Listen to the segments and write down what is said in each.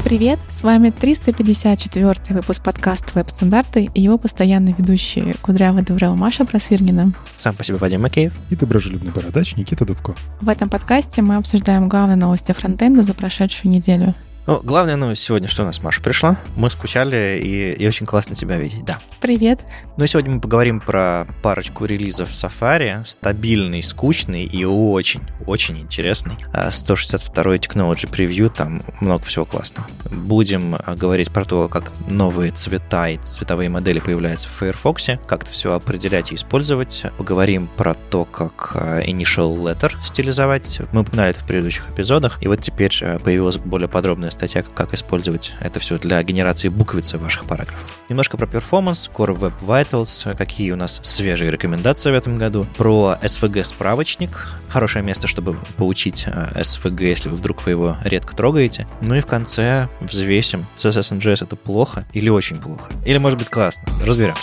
Привет! С вами 354-й выпуск подкаста «Веб-стандарты» и его постоянные ведущие Кудрявая Деврел Маша Просвирнина. Сам по себе Вадим Макеев. И доброжелюбный бородач Никита Дубко. В этом подкасте мы обсуждаем главные новости фронтенда за прошедшую неделю. Ну, главная новость сегодня, что у нас, Маша, пришла. Мы скучали, и очень классно тебя видеть, да. Привет. Ну и сегодня мы поговорим про парочку релизов Safari. Стабильный, скучный и очень интересный. 162-й Technology Preview, там много всего классного. Будем говорить про то, как новые цвета и цветовые модели появляются в Firefox, как это все определять и использовать. Поговорим про то, как Initial Letter стилизовать. Мы упоминали это в предыдущих эпизодах, и вот теперь появилась более подробная статья, как использовать это все для генерации буквицы ваших параграфов. Немножко про перформанс, Core Web Vitals, какие у нас свежие рекомендации в этом году, про SVG-справочник, хорошее место, чтобы поучить SVG, если вы его редко трогаете. Ну и в конце взвесим, CSS and JS это плохо или очень плохо, или может быть классно. Разберемся.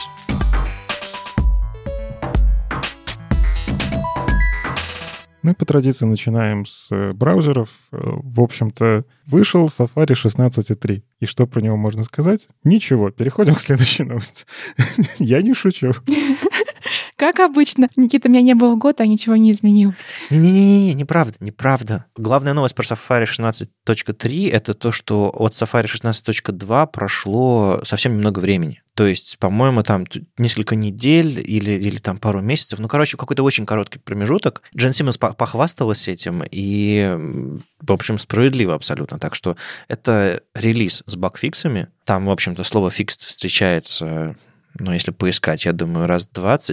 Мы по традиции начинаем с браузеров. В общем-то, вышел Safari 16.3. И что про него можно сказать? Ничего. Переходим к следующей новости. Я не шучу. Как обычно. Никита, меня не было год, а ничего не изменилось. Не-не-не, неправда. Главная новость про Safari 16.3 это то, что от Safari 16.2 прошло совсем немного времени. То есть, по-моему, там несколько недель или там пару месяцев. Ну, короче, какой-то очень короткий промежуток. Джен Симмонс похвасталась этим, и, в общем, справедливо абсолютно. Так что это релиз с багфиксами. Там, в общем-то, слово «fixed» встречается, ну, если поискать, я думаю, раз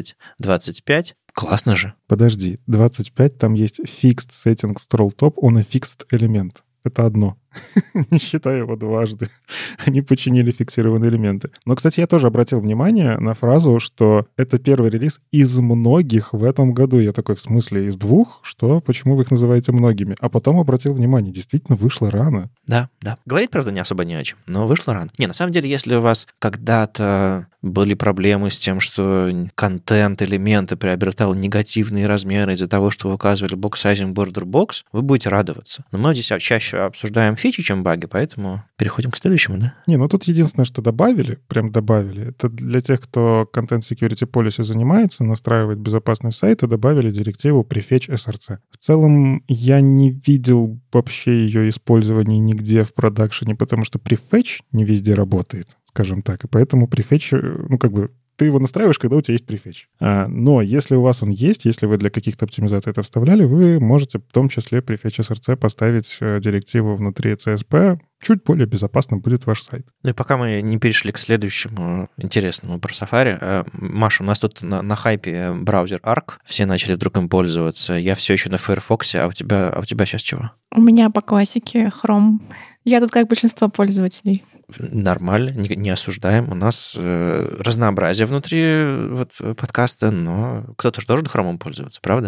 20-25. Классно же. Подожди, 25, там есть fixed setting scroll top, он и fixed элемент. Это одно. Не считая его дважды. Они починили фиксированные элементы. Но, кстати, я тоже обратил внимание на фразу, что это первый релиз из многих в этом году. Я такой, в смысле, из двух? Что? Почему вы их называете многими? А потом обратил внимание, действительно вышло рано. Да. Говорить, правда, не особо не о чем, но вышло рано. Не, на самом деле, если у вас когда-то были проблемы с тем, что контент, элементы приобретал негативные размеры из-за того, что вы указывали box-sizing border box, вы будете радоваться. Но мы здесь чаще обсуждаем фичи, чем баги, поэтому переходим к следующему, да? Не, ну тут единственное, что добавили, это для тех, кто Content Security Policy занимается, настраивает безопасность сайта, добавили директиву prefetch SRC. В целом, я не видел вообще ее использования нигде в продакшене, потому что prefetch не везде работает, скажем так, и поэтому prefetch, ты его настраиваешь, когда у тебя есть prefetch. Но если у вас он есть, если вы для каких-то оптимизаций это вставляли, вы можете в том числе prefetch SRC поставить директиву внутри CSP. Чуть более безопасным будет ваш сайт. Ну и пока мы не перешли к следующему интересному про Safari. Маша, у нас тут на хайпе браузер Arc. Все начали вдруг им пользоваться. Я все еще на Firefox, а у тебя сейчас чего? У меня по классике Chrome. Я тут как большинство пользователей. Нормально, не осуждаем. У нас разнообразие внутри подкаста, но кто-то же должен хромом пользоваться, правда?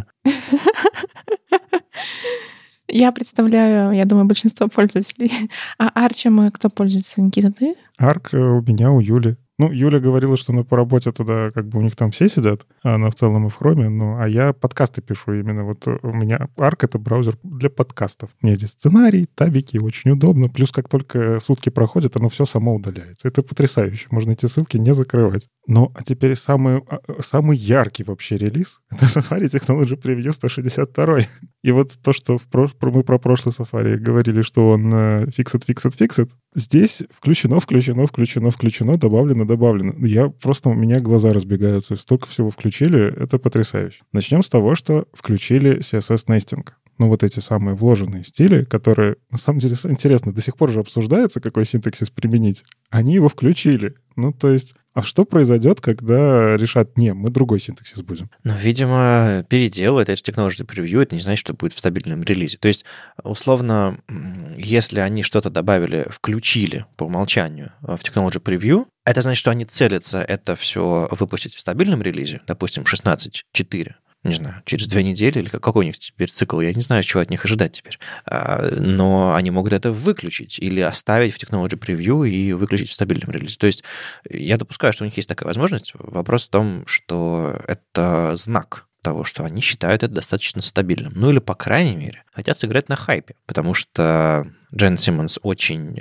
Я представляю, я думаю, большинство пользователей. А Арчем кто пользуется? Никита, ты? Арк у меня, у Юли. Ну, Юля говорила, что по работе туда у них там все сидят, а она в целом и в Хроме, а я подкасты пишу именно. Вот у меня Arc — это браузер для подкастов. У меня здесь сценарий, табики, очень удобно. Плюс как только сутки проходят, оно все само удаляется. Это потрясающе. Можно эти ссылки не закрывать. Ну, а теперь самый яркий вообще релиз — это Safari Technology Preview 162. И вот то, что мы про прошлый Safari говорили, что он fixed, здесь включено, добавлено. У меня глаза разбегаются. Столько всего включили, это потрясающе. Начнем с того, что включили CSS-нестинг. Ну, вот эти самые вложенные стили, которые, на самом деле, интересно, до сих пор же обсуждается, какой синтаксис применить. Они его включили. Ну, то есть, а что произойдет, когда решат, мы другой синтаксис будем? Ну, видимо, переделают это Technology Preview, это не значит, что будет в стабильном релизе. То есть, условно, если они что-то включили по умолчанию в Technology Preview, это значит, что они целятся это все выпустить в стабильном релизе, допустим, 16.4. Не знаю, через 2 недели, или какой у них теперь цикл, я не знаю, чего от них ожидать теперь. Но они могут это выключить или оставить в Technology Preview и выключить в стабильном релизе. То есть я допускаю, что у них есть такая возможность. Вопрос в том, что это знак того, что они считают это достаточно стабильным. Ну или, по крайней мере, хотят сыграть на хайпе, потому что Джен Симмонс очень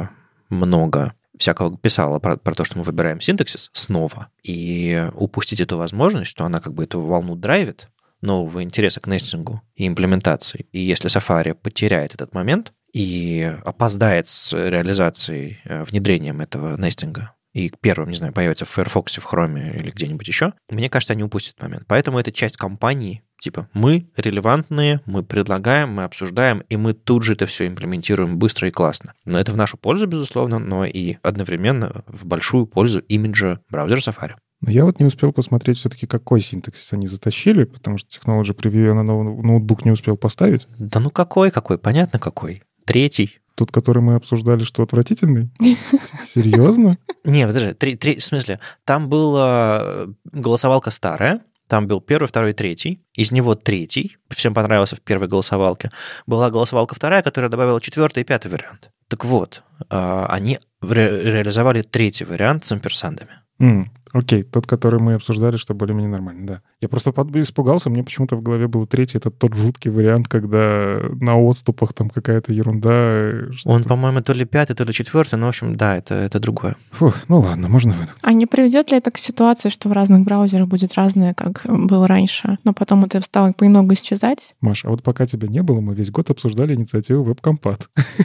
много всякого писала про то, что мы выбираем синтаксис снова, и упустить эту возможность, что она как бы эту волну драйвит, нового интереса к нестингу и имплементации. И если Safari потеряет этот момент и опоздает с реализацией, внедрением этого нестинга, и первым, не знаю, появится в Firefox, в Chrome или где-нибудь еще, мне кажется, они упустят момент. Поэтому это часть компании, типа мы релевантные, мы предлагаем, мы обсуждаем, и мы тут же это все имплементируем быстро и классно. Но это в нашу пользу, безусловно, но и одновременно в большую пользу имиджа браузера Safari. Но я вот не успел посмотреть все-таки, какой синтаксис они затащили, потому что Technology Preview я на новый ноутбук не успел поставить. Да ну какой? Понятно какой. 3. Тот, который мы обсуждали, что отвратительный? Серьезно? Не, подожди, в смысле, там была голосовалка старая, там был 1, 2, 3, из него 3, всем понравился в первой голосовалке. Была голосовалка 2, которая добавила 4 и 5 вариант. Так вот, они реализовали 3 вариант с амперсандами. Окей, тот, который мы обсуждали, что более-менее нормально, да. Я просто испугался, мне почему-то в голове было 3, это тот жуткий вариант, когда на отступах там какая-то ерунда. Он, по-моему, то ли 5, то ли 4, но, в общем, да, это другое. Фух, ну ладно, можно выдать. А не приведет ли это к ситуации, что в разных браузерах будет разное, как было раньше, но потом это стало понемногу исчезать? Маш, а вот пока тебя не было, мы весь год обсуждали инициативу WebCompat.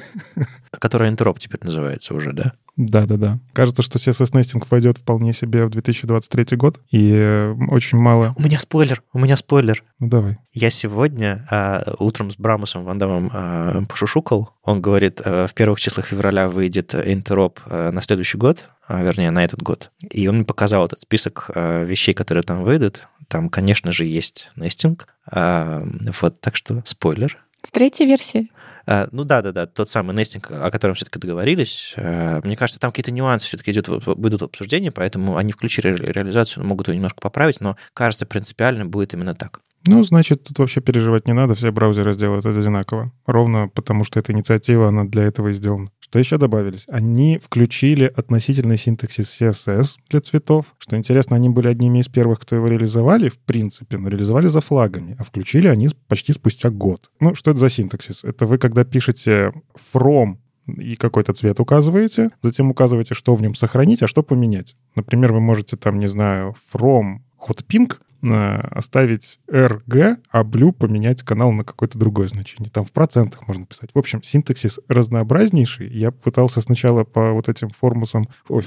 Которая Interop теперь называется уже, да? Да. Кажется, что CSS-нестинг войдет вполне себе в 2023 год, и очень мало... У меня спойлер. Ну, давай. Я сегодня утром с Брамусом Ван Дамом пошушукал. Он говорит, в первых числах февраля выйдет Interop на следующий год, вернее, на этот год. И он мне показал этот список вещей, которые там выйдут. Там, конечно же, есть нестинг. Вот, так что спойлер. В 3-й версии? Ну да, тот самый нестинг, о котором все-таки договорились. Мне кажется, там какие-то нюансы все-таки выйдут в обсуждение, поэтому они включили реализацию, могут ее немножко поправить, но, кажется, принципиально будет именно так. Ну, значит, тут вообще переживать не надо, все браузеры сделают это одинаково. Ровно потому, что эта инициатива, она для этого и сделана. Что еще добавились? Они включили относительный синтаксис CSS для цветов. Что интересно, они были одними из первых, кто его реализовали, в принципе, но реализовали за флагами, а включили они почти спустя год. Ну, что это за синтаксис? Это вы, когда пишете from и какой-то цвет указываете, затем указываете, что в нем сохранить, а что поменять. Например, вы можете там, не знаю, from hot pink оставить RG, а blue поменять канал на какое-то другое значение. Там в процентах можно писать. В общем, синтаксис разнообразнейший. Я пытался сначала по вот этим формам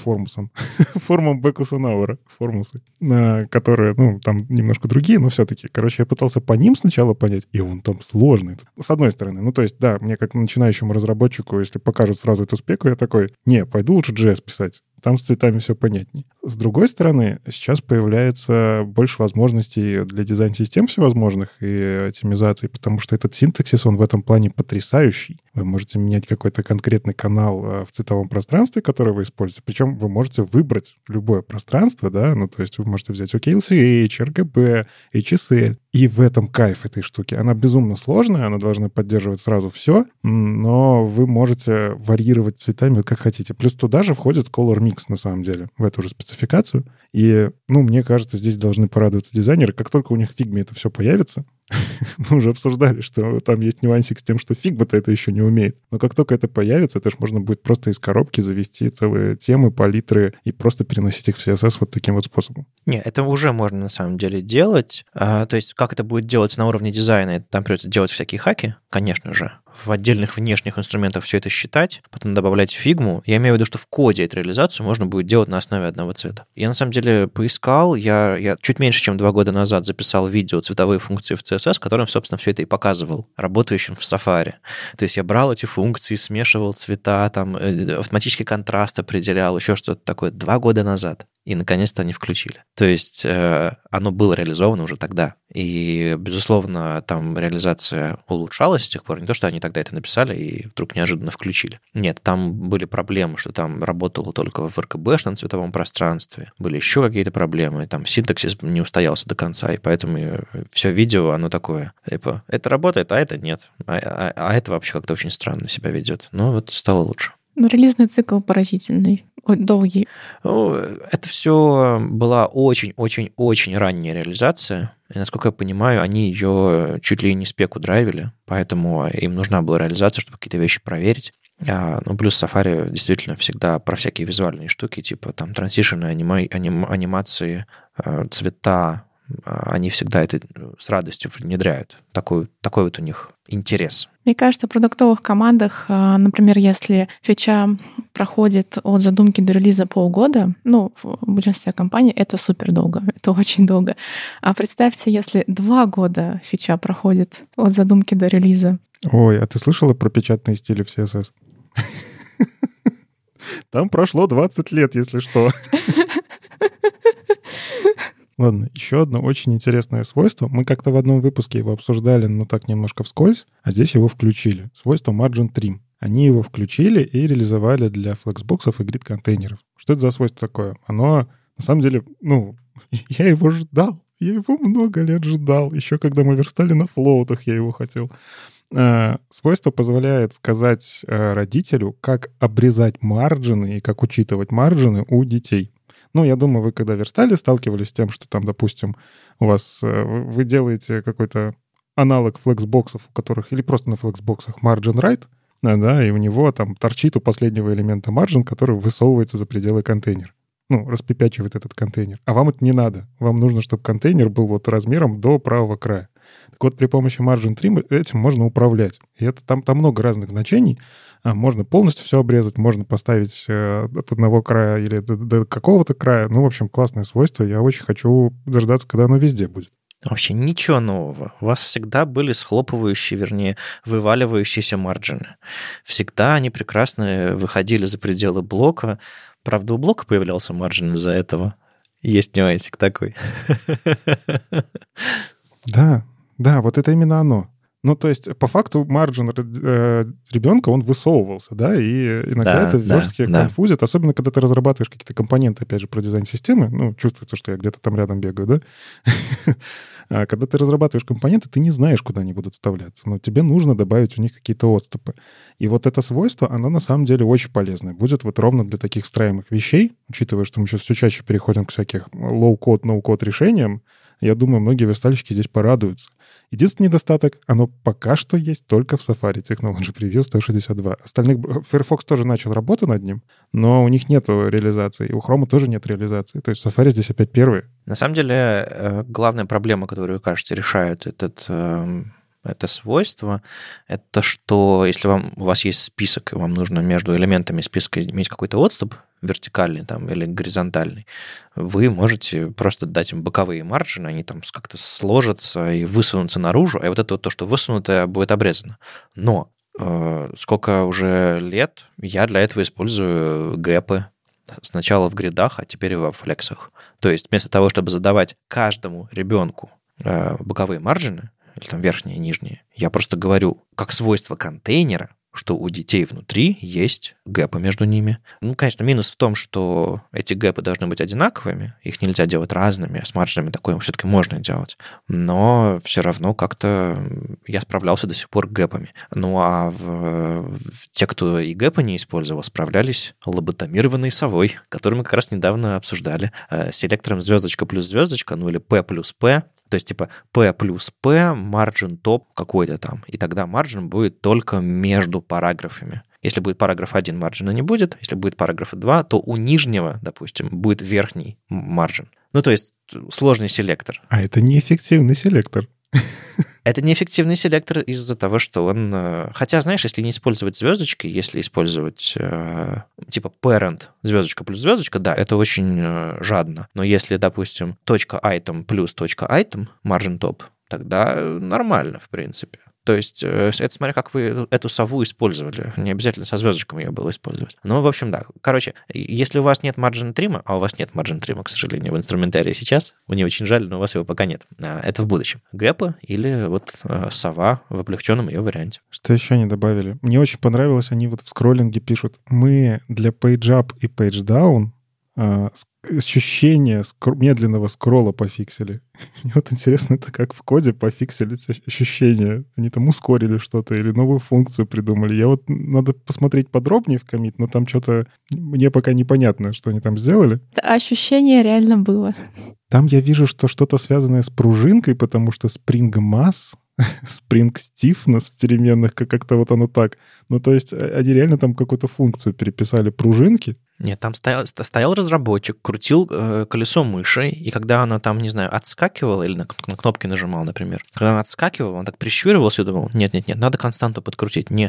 Бекусенауэра, формусы, которые, ну, там немножко другие, но все-таки. Короче, я пытался по ним сначала понять, и он там сложный. С одной стороны, ну, то есть, да, мне как начинающему разработчику, если покажут сразу эту спеку, я такой, не, пойду лучше JS писать. Там с цветами все понятнее. С другой стороны, сейчас появляется больше возможностей для дизайн-систем всевозможных и оптимизации, потому что этот синтаксис, он в этом плане потрясающий. Вы можете менять какой-то конкретный канал в цветовом пространстве, которое вы используете. Причем вы можете выбрать любое пространство, да, ну, то есть вы можете взять OKLCH, RGB, HSL. И в этом кайф этой штуки. Она безумно сложная, она должна поддерживать сразу все, но вы можете варьировать цветами как хотите. Плюс туда же входит Color Mix, на самом деле, в эту же спецификацию. И, ну, мне кажется, здесь должны порадоваться дизайнеры. Как только у них в фигме это все появится, мы уже обсуждали, что там есть нюансик с тем, что фигма-то это еще не умеет. Но как только это появится, это же можно будет просто из коробки завести целые темы, палитры и просто переносить их в CSS вот таким вот способом. Не, это уже можно на самом деле делать. То есть как это будет делаться на уровне дизайна, там придется делать всякие хаки, конечно же. В отдельных внешних инструментах все это считать, потом добавлять фигму. Я имею в виду, что в коде эту реализацию можно будет делать на основе одного цвета. Я на самом деле поискал, я чуть меньше, чем 2 года назад записал видео «Цветовые функции в CSS», в котором, собственно, все это и показывал, работающим в Safari. То есть я брал эти функции, смешивал цвета, там, автоматический контраст определял, еще что-то такое 2 года назад. И, наконец-то, они включили. То есть оно было реализовано уже тогда. И, безусловно, там реализация улучшалась с тех пор. Не то, что они тогда это написали и вдруг неожиданно включили. Нет, там были проблемы, что там работало только в RGB-шном цветовом пространстве. Были еще какие-то проблемы. Там синтаксис не устоялся до конца. И поэтому все видео, оно такое. Типа, это работает, а это нет. А это вообще как-то очень странно себя ведет. Но вот стало лучше. Ну, релизный цикл поразительный. долгий? Это все была очень-очень-очень ранняя реализация. И, насколько я понимаю, они ее чуть ли не спеку драйвили, поэтому им нужна была реализация, чтобы какие-то вещи проверить. Плюс Safari действительно всегда про всякие визуальные штуки, типа там трансишены, анимации, цвета, они всегда это с радостью внедряют. Такой вот у них интерес. Мне кажется, в продуктовых командах, например, если фича проходит от задумки до релиза полгода, в большинстве компаний это супер долго, это очень долго. А представьте, если 2 года фича проходит от задумки до релиза. Ой, а ты слышала про печатные стили в CSS? Там прошло 20 лет, если что. Ладно, еще одно очень интересное свойство. Мы как-то в одном выпуске его обсуждали, но так немножко вскользь, а здесь его включили. Свойство Margin Trim. Они его включили и реализовали для флексбоксов и грид-контейнеров. Что это за свойство такое? Оно, на самом деле, я его ждал. Я его много лет ждал. Еще когда мы верстали на флоутах, я его хотел. Свойство позволяет сказать родителю, как обрезать марджины и как учитывать марджины у детей. Я думаю, вы когда верстали, сталкивались с тем, что там, допустим, у вас вы делаете какой-то аналог флексбоксов, у которых, или просто на флексбоксах margin right, да, и у него там торчит у последнего элемента margin, который высовывается за пределы контейнера. Распепячивает этот контейнер. А вам это не надо. Вам нужно, чтобы контейнер был вот размером до правого края. Так вот, при помощи Margin Trim этим можно управлять. И это там много разных значений. Можно полностью все обрезать, можно поставить от одного края или до какого-то края. В общем, классное свойство. Я очень хочу дождаться, когда оно везде будет. Вообще ничего нового. У вас всегда были схлопывающие, вернее, вываливающиеся марджины. Всегда они прекрасно выходили за пределы блока. Правда, у блока появлялся марджин из-за этого. Есть нюансик такой. Да, вот это именно оно. То есть, по факту, марджин ребенка, он высовывался, да, и иногда это в верстке конфузит, особенно когда ты разрабатываешь какие-то компоненты, опять же, про дизайн системы, чувствуется, что я где-то там рядом бегаю, да. А когда ты разрабатываешь компоненты, ты не знаешь, куда они будут вставляться, но тебе нужно добавить у них какие-то отступы. И вот это свойство, оно на самом деле очень полезное. Будет вот ровно для таких встраиваемых вещей, учитывая, что мы сейчас все чаще переходим к всяких low-code, no-code решениям. Я думаю, многие верстальщики здесь порадуются. Единственный недостаток, оно пока что есть только в Safari Technology Preview 162. Остальных Firefox тоже начал работу над ним, но у них нет реализации, и у Chrome тоже нет реализации. То есть Safari здесь опять первый. На самом деле, главная проблема, которую, кажется, решают это свойство, это что если у вас есть список, и вам нужно между элементами списка иметь какой-то отступ, вертикальный там или горизонтальный, вы можете просто дать им боковые марджины, они там как-то сложатся и высунутся наружу, а вот это вот то, что высунутое, будет обрезано. Но сколько уже лет я для этого использую гэпы. Сначала в гридах, а теперь и во флексах. То есть вместо того, чтобы задавать каждому ребенку боковые марджины, или там верхние и нижние, я просто говорю, как свойство контейнера, что у детей внутри есть гэпы между ними. Конечно, минус в том, что эти гэпы должны быть одинаковыми, их нельзя делать разными, а с марджинами такое все-таки можно делать. Но все равно как-то я справлялся до сих пор гэпами. А те, кто и гэпы не использовал, справлялись лоботомированной совой, которую мы как раз недавно обсуждали. Селектором звездочка плюс звездочка, или P плюс P, то есть типа P плюс P, марджин топ какой-то там. И тогда марджин будет только между параграфами. Если будет параграф 1, марджина не будет. Если будет параграф 2, то у нижнего, допустим, будет верхний марджин. То есть сложный селектор. А это неэффективный селектор. Это неэффективный селектор из-за того, что он... Хотя, знаешь, если не использовать звездочки, если использовать типа parent звездочка плюс звездочка, да, это очень жадно. Но если, допустим, .item плюс .item, margin top, тогда нормально, в принципе. То есть это смотря как вы эту сову использовали. Не обязательно со звездочками ее было использовать. В общем, да. Короче, если у вас нет margin trim, а у вас нет margin trim, к сожалению, в инструментарии сейчас, мне очень жаль, но у вас его пока нет. Это в будущем. Гэпа или вот сова в облегченном ее варианте. Что еще они добавили? Мне очень понравилось, они вот в скроллинге пишут, мы для page up и page down ощущение медленного скролла пофиксили. Мне вот интересно, это как в коде пофиксили ощущение. Они там ускорили что-то или новую функцию придумали. Я вот надо посмотреть подробнее в коммит, но там что-то мне пока непонятно, что они там сделали. Ощущение реально было. Там я вижу, что что-то связанное с пружинкой, потому что Spring Mass, Spring Stiffness в переменных, как-то вот оно так. Ну, то есть они реально там какую-то функцию переписали пружинки. Нет, там стоял разработчик, крутил колесо мыши, и когда она там, не знаю, отскакивала или на кнопки нажимал, например, когда она отскакивала, он так прищуривался и думал, нет, надо константу подкрутить, не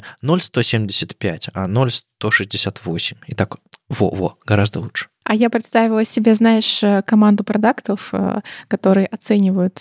0,175, а 0,168. И так, гораздо лучше. А я представила себе, знаешь, команду продактов, которые оценивают,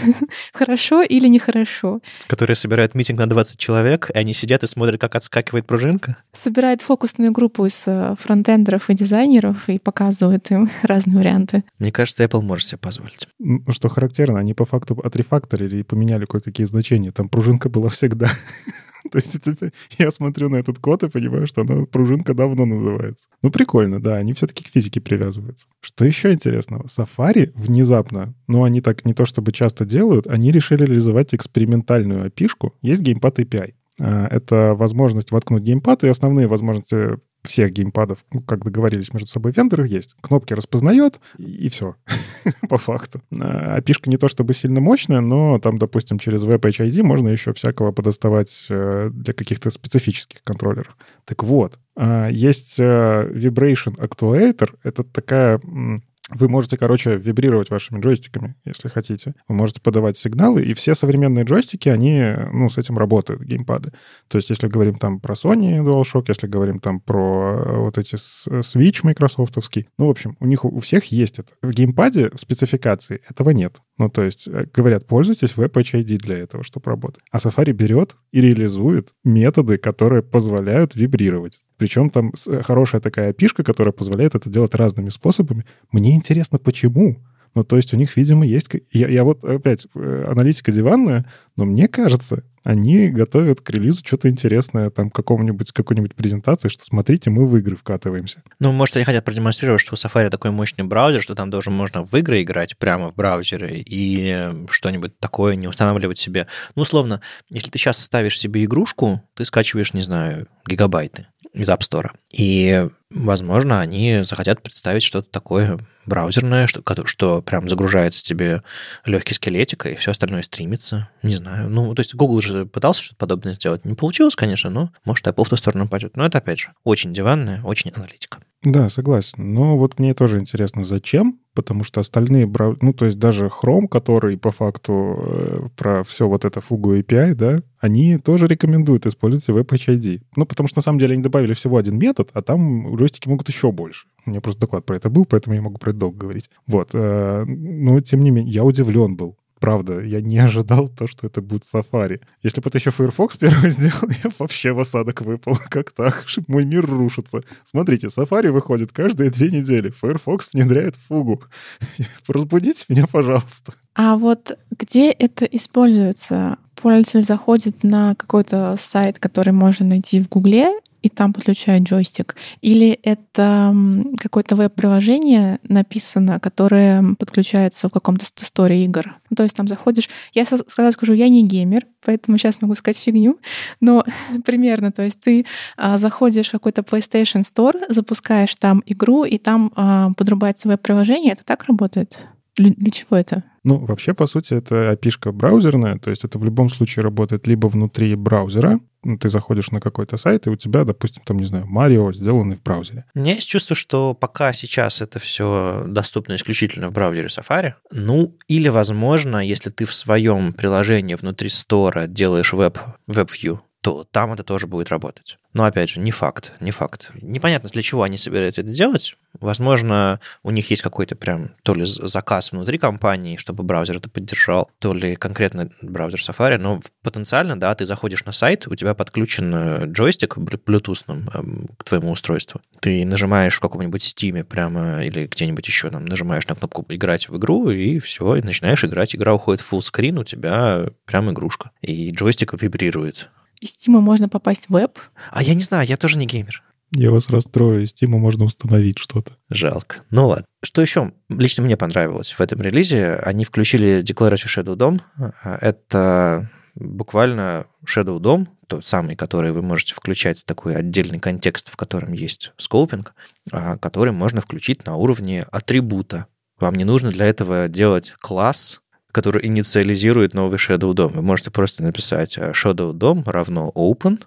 хорошо или нехорошо. Которые собирают митинг на 20 человек, и они сидят и смотрят, как отскакивает пружинка? Собирают фокусную группу из фронтендеров и дизайнеров и показывают им разные варианты. Мне кажется, Apple может себе позволить. Ну, что характерно, они по факту отрефакторили и поменяли кое-какие значения. Там пружинка была всегда. То есть я смотрю на этот код и понимаю, что она пружинка давно называется. Ну, прикольно, да, они все-таки к физике привязываются. Что еще интересного? Safari внезапно, они так не то чтобы часто делают, они решили реализовать экспериментальную API-шку. Есть Gamepad API. Это возможность воткнуть геймпад, и основные возможности всех геймпадов, как договорились между собой вендоры, есть. Кнопки распознает, и все, по факту. API-шка не то чтобы сильно мощная, но там, допустим, через WebHID можно еще всякого подоставать для каких-то специфических контроллеров. Так вот, есть Vibration Actuator, это такая... Вы можете, вибрировать вашими джойстиками, если хотите. Вы можете подавать сигналы, и все современные джойстики, они, с этим работают, геймпады. То есть, если говорим там про Sony DualShock, если говорим там про вот эти Switch майкрософтовский, в общем, у всех есть это. В геймпаде в спецификации этого нет. То есть, говорят, пользуйтесь WebHID для этого, чтобы работать. А Safari берет и реализует методы, которые позволяют вибрировать. Причем там хорошая такая API-шка, которая позволяет это делать разными способами. Мне интересно, почему? То есть у них, видимо, есть... Я вот опять аналитика диванная, но мне кажется, они готовят к релизу что-то интересное, там какой-нибудь презентации, что смотрите, мы в игры вкатываемся. Может, они хотят продемонстрировать, что у Safari такой мощный браузер, что там даже можно в игры играть прямо в браузере и что-нибудь такое не устанавливать себе. Условно, если ты сейчас ставишь себе игрушку, ты скачиваешь, не знаю, гигабайты из App Store. И, возможно, они захотят представить что-то такое браузерное, что прям загружается тебе легкий скелетик, и все остальное стримится. Не знаю. То есть Google же пытался что-то подобное сделать. Не получилось, конечно, но может Apple в ту сторону пойдет. Но это, опять же, очень диванная, очень аналитика. Да, согласен. Но вот мне тоже интересно, зачем? Потому что остальные то есть даже Chrome, который по факту про все вот это фугу API, да, они тоже рекомендуют использовать WebHID. Потому что на самом деле они добавили всего один метод, а там джойстики могут еще больше. У меня просто доклад про это был, поэтому я могу про это долго говорить. Вот. Но, тем не менее, я удивлен был. Правда, я не ожидал то, что это будет Safari. Если бы это еще Firefox первый сделал, я вообще в осадок выпал. Как так? Мой мир рушится. Смотрите, Safari выходит каждые 2 недели. Firefox внедряет фугу. Разбудите меня, пожалуйста. А вот где это используется? Пользователь заходит на какой-то сайт, который можно найти в Гугле, и там подключают джойстик? Или это какое-то веб-приложение написано, которое подключается в каком-то сторе игр? То есть там заходишь... Я сразу скажу, я не геймер, поэтому сейчас могу сказать фигню, но примерно, то есть ты заходишь в какой-то PlayStation Store, запускаешь там игру, и там подрубается веб-приложение. Это так работает? Для чего это? Вообще, по сути, это API-шка браузерная, то есть это в любом случае работает либо внутри браузера, ты заходишь на какой-то сайт, и у тебя, допустим, там, не знаю, Марио, сделанный в браузере. У меня есть чувство, что пока сейчас это все доступно исключительно в браузере Safari. Или, возможно, если ты в своем приложении внутри стора делаешь WebView, то там это тоже будет работать. Но, опять же, не факт. Непонятно, для чего они собираются это делать. Возможно, у них есть какой-то прям то ли заказ внутри компании, чтобы браузер это поддержал, то ли конкретно браузер Safari. Но потенциально, да, ты заходишь на сайт, у тебя подключен джойстик блютусным к твоему устройству. Ты нажимаешь в каком-нибудь Steam прямо или где-нибудь еще, нажимаешь на кнопку «Играть в игру», и все, и начинаешь играть. Игра уходит в full screen, у тебя прям игрушка. И джойстик вибрирует. Из Steam можно попасть в веб? А я не знаю, я тоже не геймер. Я вас расстрою, из Steam можно установить что-то. Жалко. Ну ладно. Что еще лично мне понравилось в этом релизе? Они включили Declarative Shadow DOM. Это буквально Shadow DOM, тот самый, который вы можете включать в такой отдельный контекст, в котором есть скопинг, который можно включить на уровне атрибута. Вам не нужно для этого делать класс, который инициализирует новый Shadow DOM. Вы можете просто написать Shadow DOM равно open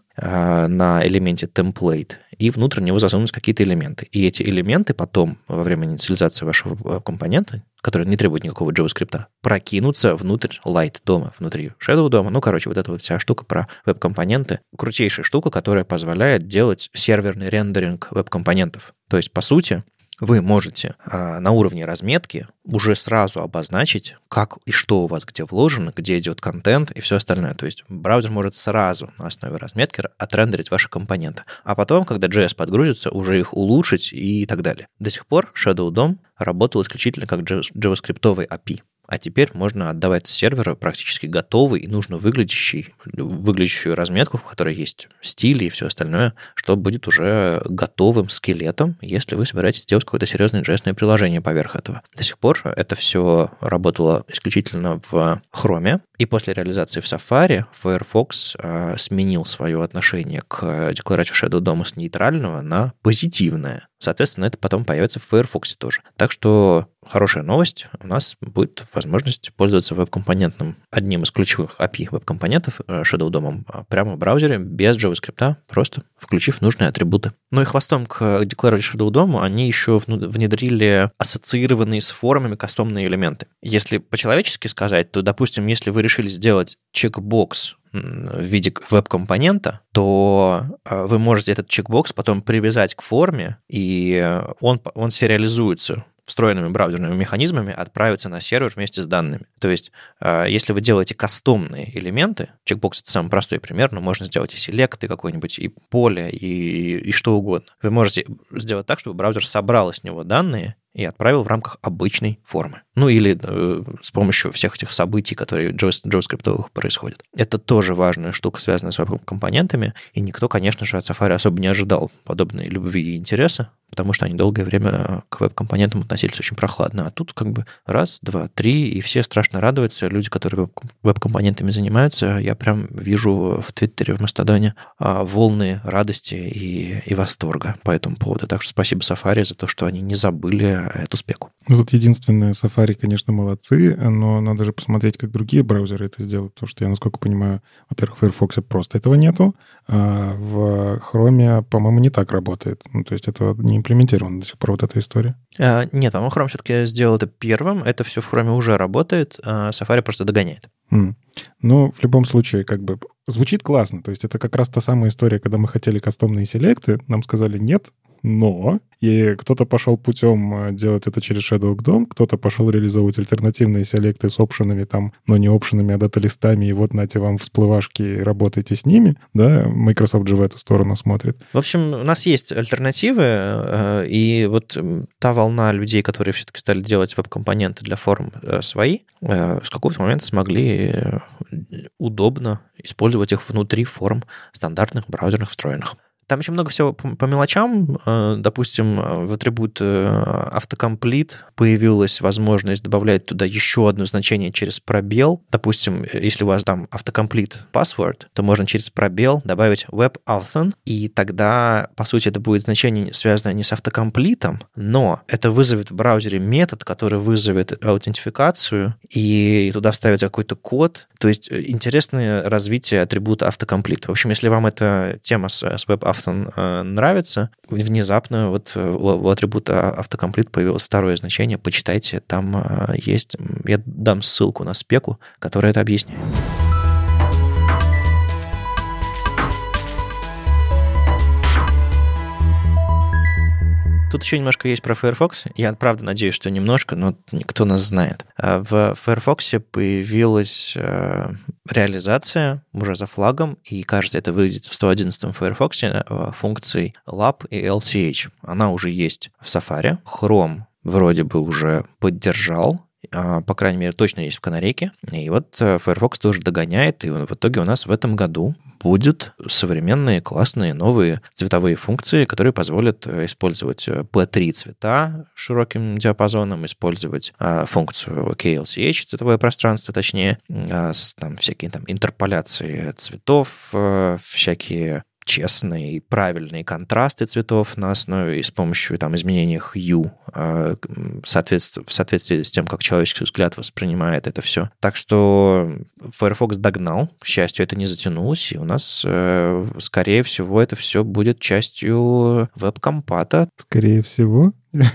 на элементе template и внутрь него засунуть какие-то элементы. И эти элементы потом, во время инициализации вашего компонента, который не требует никакого JavaScript, прокинутся внутрь Light DOM, внутри Shadow DOM. Ну, короче, вот эта вот вся штука про веб-компоненты. Крутейшая штука, которая позволяет делать серверный рендеринг веб-компонентов. То есть, по сути, вы можете на уровне разметки уже сразу обозначить, как и что у вас где вложено, где идет контент и все остальное. То есть браузер может сразу на основе разметки отрендерить ваши компоненты. А потом, когда JS подгрузится, уже их улучшить и так далее. До сих пор Shadow DOM работал исключительно как JavaScript-овый API. А теперь можно отдавать с сервера практически готовый и нужно выглядящую разметку, в которой есть стили и все остальное, что будет уже готовым скелетом, если вы собираетесь делать какое-то серьезное JS-ное приложение поверх этого. До сих пор это все работало исключительно в Chrome, и после реализации в Safari Firefox сменил свое отношение к Declarative Shadow DOM с нейтрального на позитивное. Соответственно, это потом появится в Firefox тоже. Так что хорошая новость. У нас будет возможность пользоваться веб-компонентным, одним из ключевых API веб-компонентов Shadow DOM прямо в браузере, без JavaScript, просто включив нужные атрибуты. Ну и хвостом к Declarative Shadow DOM они еще внедрили ассоциированные с формами кастомные элементы. Если по-человечески сказать, то, допустим, если вы решили сделать чекбокс в виде веб-компонента, то вы можете этот чекбокс потом привязать к форме, и он сериализуется встроенными браузерными механизмами, отправиться на сервер вместе с данными. То есть, если вы делаете кастомные элементы, чекбокс — это самый простой пример, но можно сделать и селекты какой-нибудь, и поле, и что угодно. Вы можете сделать так, чтобы браузер собрал из него данные и отправил в рамках обычной формы. Ну или с помощью всех этих событий, которые JavaScript происходят. Это тоже важная штука, связанная с веб-компонентами, и никто, конечно же, от Safari особо не ожидал подобной любви и интереса, потому что они долгое время к веб-компонентам относились очень прохладно. А тут как бы раз, два, три, и все страшно радуются. Люди, которые веб-компонентами занимаются, я прям вижу в Твиттере, в Мастодоне волны радости и восторга по этому поводу. Так что спасибо Safari за то, что они не забыли эту спеку. Ну, тут единственное, Safari, конечно, молодцы, но надо же посмотреть, как другие браузеры это сделают, потому что я, насколько понимаю, во-первых, в Firefox просто этого нету, а в Chrome, по-моему, не так работает. Ну, то есть это не имплементировано до сих пор, вот эта история. Нет, по-моему, Chrome все-таки сделал это первым, это все в Chrome уже работает, а Safari просто догоняет. Ну, в любом случае, как бы звучит классно. То есть это как раз та самая история, когда мы хотели кастомные селекты, нам сказали нет, но... И кто-то пошел путем делать это через Shadow DOM, кто-то пошел реализовывать альтернативные селекты с опшенами там, но не опшенами, а дата-листами, и вот нате вам всплывашки, работайте с ними, да, Microsoft же в эту сторону смотрит. В общем, у нас есть альтернативы, и вот та волна людей, которые все-таки стали делать веб-компоненты для форм свои, с какого-то момента смогли удобно использовать их внутри форм стандартных браузерных встроенных. Там еще много всего по мелочам. Допустим, в атрибут автокомплит появилась возможность добавлять туда еще одно значение через пробел. Допустим, если у вас там автокомплит password, то можно через пробел добавить WebAuthn, и тогда, по сути, это будет значение, связанное не с автокомплитом, но это вызовет в браузере метод, который вызовет аутентификацию, и туда вставится какой-то код. То есть интересное развитие атрибута автокомплит. В общем, если вам эта тема с WebAuthn нравится, внезапно вот у атрибута автокомплит появилось второе значение. Почитайте, там есть... Я дам ссылку на спеку, которая это объясняет. Тут еще немножко есть про Firefox. Я, правда, надеюсь, что немножко, но никто нас знает. В Firefox появилась реализация уже за флагом, и, кажется, это выйдет в 111-м Firefox функций Lab и LCH. Она уже есть в Safari. Chrome вроде бы уже поддержал по крайней мере, точно есть в канарейке. И вот Firefox тоже догоняет, и в итоге у нас в этом году будут современные, классные, новые цветовые функции, которые позволят использовать P3 цвета с широким диапазоном, использовать функцию KLCH, цветовое пространство, точнее, там всякие там интерполяции цветов, всякие честные и правильные контрасты цветов на основе и с помощью там, изменения hue в соответствии с тем, как человеческий взгляд воспринимает это все. Так что Firefox догнал. К счастью, это не затянулось, и у нас, скорее всего, это все будет частью веб-компата. Скорее всего?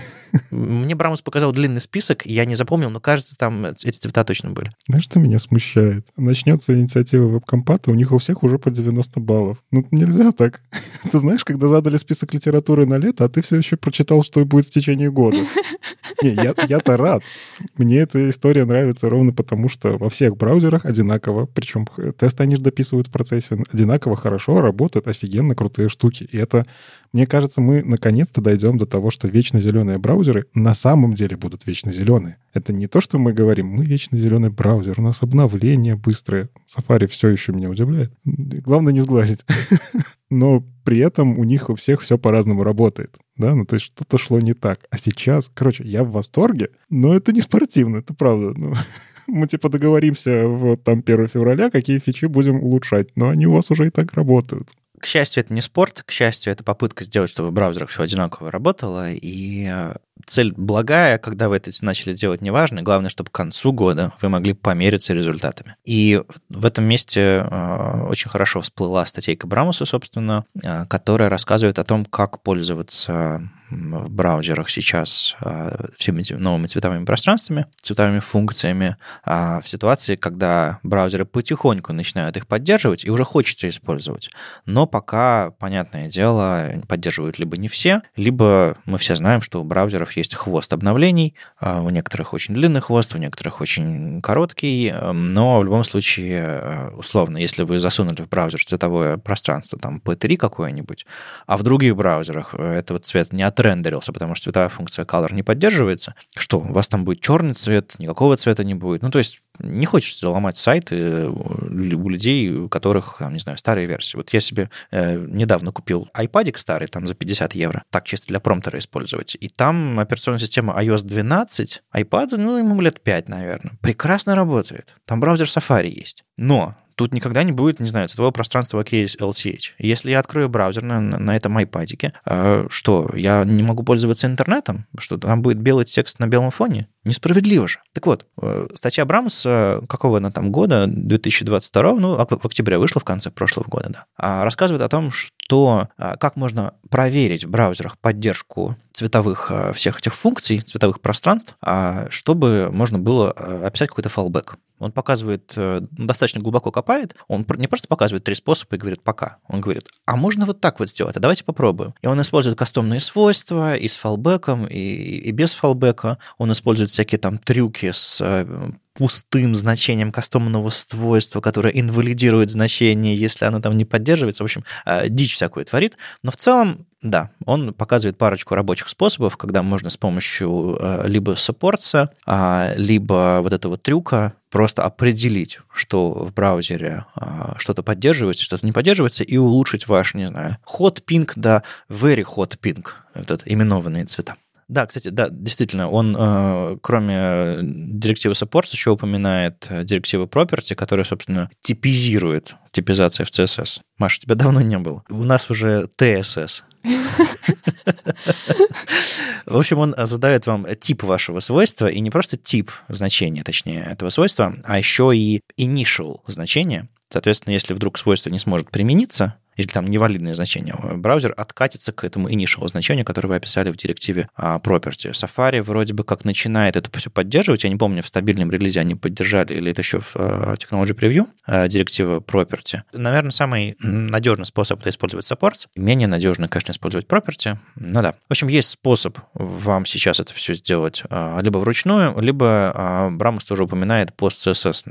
Мне Брамус показал длинный список, я не запомнил, но, кажется, там эти цвета точно были. Знаешь, что меня смущает? Начнется инициатива веб-компата, у них у всех уже по 90 баллов. Ну, нельзя так. Ты знаешь, когда задали список литературы на лето, а ты все еще прочитал, что будет в течение года. Не, я-то рад. Мне эта история нравится ровно потому, что во всех браузерах одинаково, причем тесты они же дописывают в процессе, одинаково хорошо работают, офигенно крутые штуки. И это, мне кажется, мы наконец-то дойдем до того, что вечно зеленые браузеры на самом деле будут вечно зеленые. Это не то, что мы говорим, мы вечно зеленый браузер, у нас обновления быстрые. Safari все еще меня удивляет. Главное не сглазить. Но при этом у них у всех все по-разному работает. Да, ну то есть что-то шло не так. А сейчас, короче, я в восторге, но это не спортивно, это правда. Ну, мы типа договоримся вот там 1 февраля, какие фичи будем улучшать, но они у вас уже и так работают. К счастью, это не спорт, к счастью, это попытка сделать, чтобы в браузерах все одинаково работало, и цель благая, когда вы это начали делать, неважно, главное, чтобы к концу года вы могли помериться результатами. И в этом месте очень хорошо всплыла статейка Брамуса, собственно, которая рассказывает о том, как пользоваться в браузерах сейчас всеми новыми цветовыми пространствами, цветовыми функциями в ситуации, когда браузеры потихоньку начинают их поддерживать и уже хочется использовать. Но пока, понятное дело, поддерживают либо не все, либо мы все знаем, что у браузеров есть хвост обновлений, у некоторых очень длинный хвост, у некоторых очень короткий, но в любом случае, условно, если вы засунули в браузер цветовое пространство, там P3 какое-нибудь, а в других браузерах этот цвет не отрендерился, потому что цветовая функция Color не поддерживается, что у вас там будет черный цвет, никакого цвета не будет. Ну, то есть не хочется ломать сайты у людей, у которых, там, не знаю, старые версии. Вот я себе недавно купил iPadик старый, там, за 50 евро, так чисто для промптера использовать. И там операционная система iOS 12, iPad, ну, ему лет 5, наверное. Прекрасно работает. Там браузер Safari есть. Но тут никогда не будет, не знаю, цветового пространства KLCH. Если я открою браузер на этом iPadике, что, я не могу пользоваться интернетом? Что, там будет белый текст на белом фоне? Несправедливо же. Так вот, статья Брамуса какого она там года, 2022, ну, в октябре вышла, в конце прошлого года, да, рассказывает о том, что как можно проверить в браузерах поддержку цветовых всех этих функций, цветовых пространств, чтобы можно было описать какой-то fallback. Он показывает, достаточно глубоко копает, он не просто показывает 3 способа и говорит «пока». Он говорит, а можно вот так вот сделать, а давайте попробуем. И он использует кастомные свойства и с фаллбэком, и без фаллбэка. Он использует всякие там трюки с пустым значением кастомного свойства, которое инвалидирует значение, если оно там не поддерживается. В общем, дичь всякую творит. Но в целом, да, он показывает парочку рабочих способов, когда можно с помощью либо supports, либо вот этого трюка просто определить, что в браузере что-то поддерживается, что-то не поддерживается, и улучшить ваш, не знаю, hot pink до very hot pink, этот именованные цвета. Да, кстати, да, действительно, он, кроме директивы Supports, еще упоминает директиву Property, которая, собственно, типизирует типизация в CSS. Маша, тебя давно не было. У нас уже TSS. В общем, он задает вам тип вашего свойства, и не просто тип значения, точнее, этого свойства, а еще и initial значение. Соответственно, если вдруг свойство не сможет примениться, если там невалидное значение, браузер откатится к этому initial значению, которое вы описали в директиве property. Safari вроде бы как начинает это все поддерживать. Я не помню, в стабильном релизе они поддержали, или это еще в Technology Preview, директива property. Наверное, самый надежный способ это использовать supports. Менее надежно, конечно, использовать property. Ну да. В общем, есть способ вам сейчас это все сделать либо вручную, либо Брамус тоже упоминает пост-CSS-ные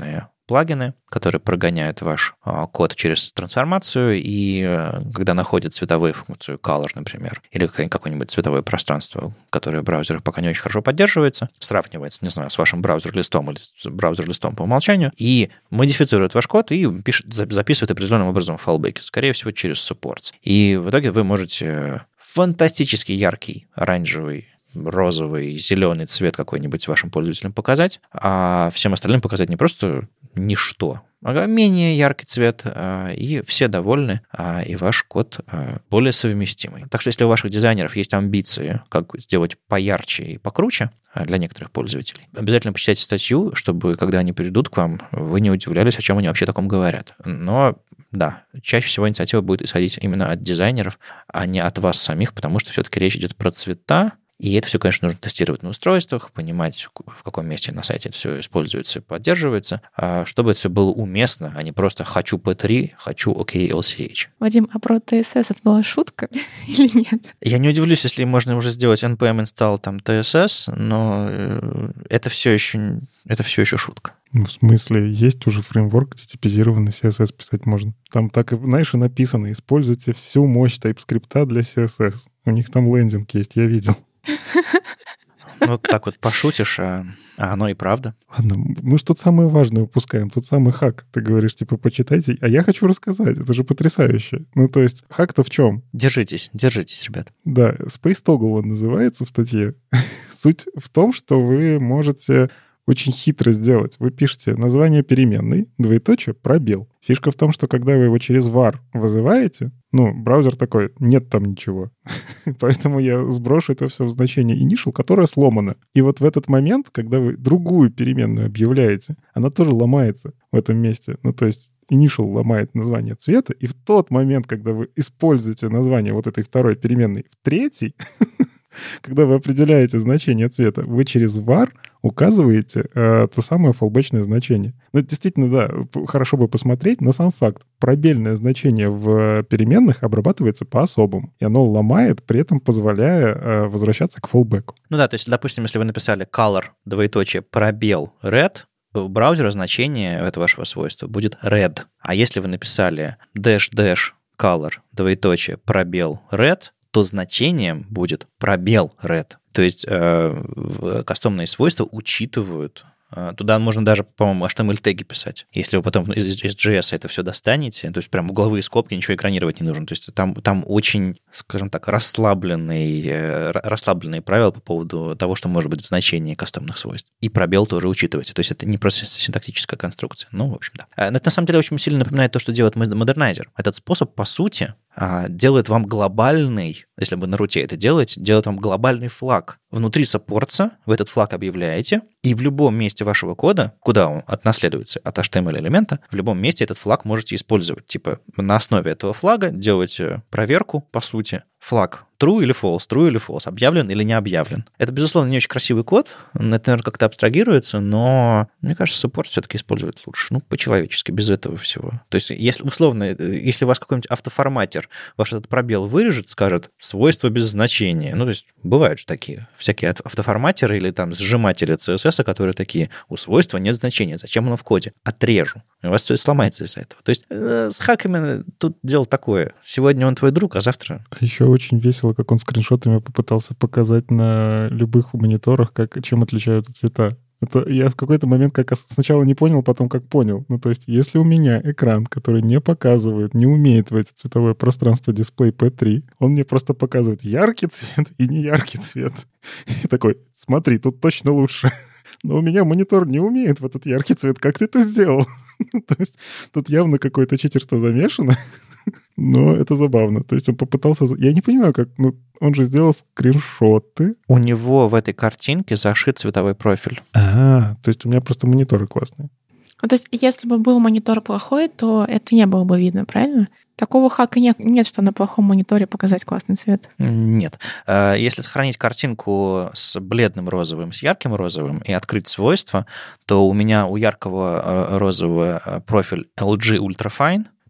плагины, которые прогоняют ваш код через трансформацию, и когда находят цветовую функцию color, например, или какое-нибудь цветовое пространство, которое в браузерах пока не очень хорошо поддерживается, сравнивается, не знаю, с вашим браузер-листом или с браузер-листом по умолчанию, и модифицирует ваш код и записывает определенным образом в файлбеке, скорее всего, через supports. И в итоге вы можете фантастически яркий оранжевый, розовый, зеленый цвет какой-нибудь вашим пользователям показать, а всем остальным показать не просто ничто, а менее яркий цвет, и все довольны, и ваш код более совместимый. Так что если у ваших дизайнеров есть амбиции, как сделать поярче и покруче для некоторых пользователей, обязательно почитайте статью, чтобы, когда они придут к вам, вы не удивлялись, о чем они вообще таком говорят. Но да, чаще всего инициатива будет исходить именно от дизайнеров, а не от вас самих, потому что все-таки речь идет про цвета, и это все, конечно, нужно тестировать на устройствах, понимать, в каком месте на сайте это все используется и поддерживается, чтобы это все было уместно, а не просто «хочу P3, хочу OKLCH». Вадим, а про TSS это была шутка или нет? Я не удивлюсь, если можно уже сделать npm install там TSS, но это все еще шутка. В смысле, есть уже фреймворк, где типизированный CSS писать можно. Там так, знаешь, и написано: используйте всю мощь TypeScript для CSS. У них там лендинг есть, я видел. Вот так вот пошутишь, а оно и правда. Ладно, мы же тут самое важное упускаем, тот самый хак. Ты говоришь, типа, почитайте, а я хочу рассказать, это же потрясающе. Ну, то есть, хак-то в чем? Держитесь, ребят. Да, Space Toggle он называется в статье. Суть в том, что вы можете очень хитро сделать. Вы пишете название переменной, двоеточие, пробел. Фишка в том, что когда вы его через var вызываете, браузер такой: нет там ничего. Поэтому я сброшу это все в значение initial, которое сломано. И вот в этот момент, когда вы другую переменную объявляете, она тоже ломается в этом месте. То есть initial ломает название цвета, и в тот момент, когда вы используете название вот этой второй переменной в третий, когда вы определяете значение цвета, вы через var указываете то самое фаллбэчное значение. Это действительно, да, хорошо бы посмотреть, но сам факт. Пробельное значение в переменных обрабатывается по-особому, и оно ломает, при этом позволяя возвращаться к фаллбэку. То есть, допустим, если вы написали color, двоеточие, пробел, red, в браузере значение этого вашего свойства будет red. А если вы написали dash color, двоеточие, пробел, red, то значением будет пробел red. То есть кастомные свойства учитывают. Туда можно даже, по-моему, HTML-теги писать. Если вы потом из JS это все достанете, то есть прям угловые скобки, ничего экранировать не нужно. То есть там очень, скажем так, расслабленные правила по поводу того, что может быть в значении кастомных свойств. И пробел тоже учитывайте. То есть это не просто синтактическая конструкция. В общем, да. Это на самом деле очень сильно напоминает то, что делает Modernizer. Этот способ, по сути, делает вам глобальный, если вы на руте это делаете, делает вам глобальный флаг. Внутри саппортса вы этот флаг объявляете, и в любом месте вашего кода, куда он отнаследуется от HTML-элемента, в любом месте этот флаг можете использовать. Типа на основе этого флага делаете проверку, по сути, флаг true или false, объявлен или не объявлен. Это, безусловно, не очень красивый код, это, наверное, как-то абстрагируется, но, мне кажется, саппорт все-таки использует лучше, по-человечески, без этого всего. То есть, если, условно, если у вас какой-нибудь автоформатер ваш этот пробел вырежет, скажет свойство без значения, то есть, бывают же такие всякие автоформатеры или там сжиматели CSS, которые такие: у свойства нет значения, зачем оно в коде? Отрежу. И у вас все сломается из-за этого. То есть, с хаками тут дело такое. Сегодня он твой друг, а завтра... Еще очень весело, как он скриншотами попытался показать на любых мониторах, чем отличаются цвета. Это я в какой-то момент сначала не понял, потом как понял. То есть, если у меня экран, который не показывает, не умеет в это цветовое пространство дисплей P3, он мне просто показывает яркий цвет и неяркий цвет. И такой: смотри, тут точно лучше. Но у меня монитор не умеет в этот яркий цвет. Как ты это сделал? То есть, тут явно какое-то читерство замешано. Но это забавно. То есть он попытался... Я не понимаю, как... он же сделал скриншоты. У него в этой картинке зашит цветовой профиль. То есть у меня просто мониторы классные. То есть если бы был монитор плохой, то это не было бы видно, правильно? Такого хака нет, что на плохом мониторе показать классный цвет. Нет. Если сохранить картинку с бледным розовым, с ярким розовым и открыть свойства, то у меня у яркого розового профиль LG Ultrafine,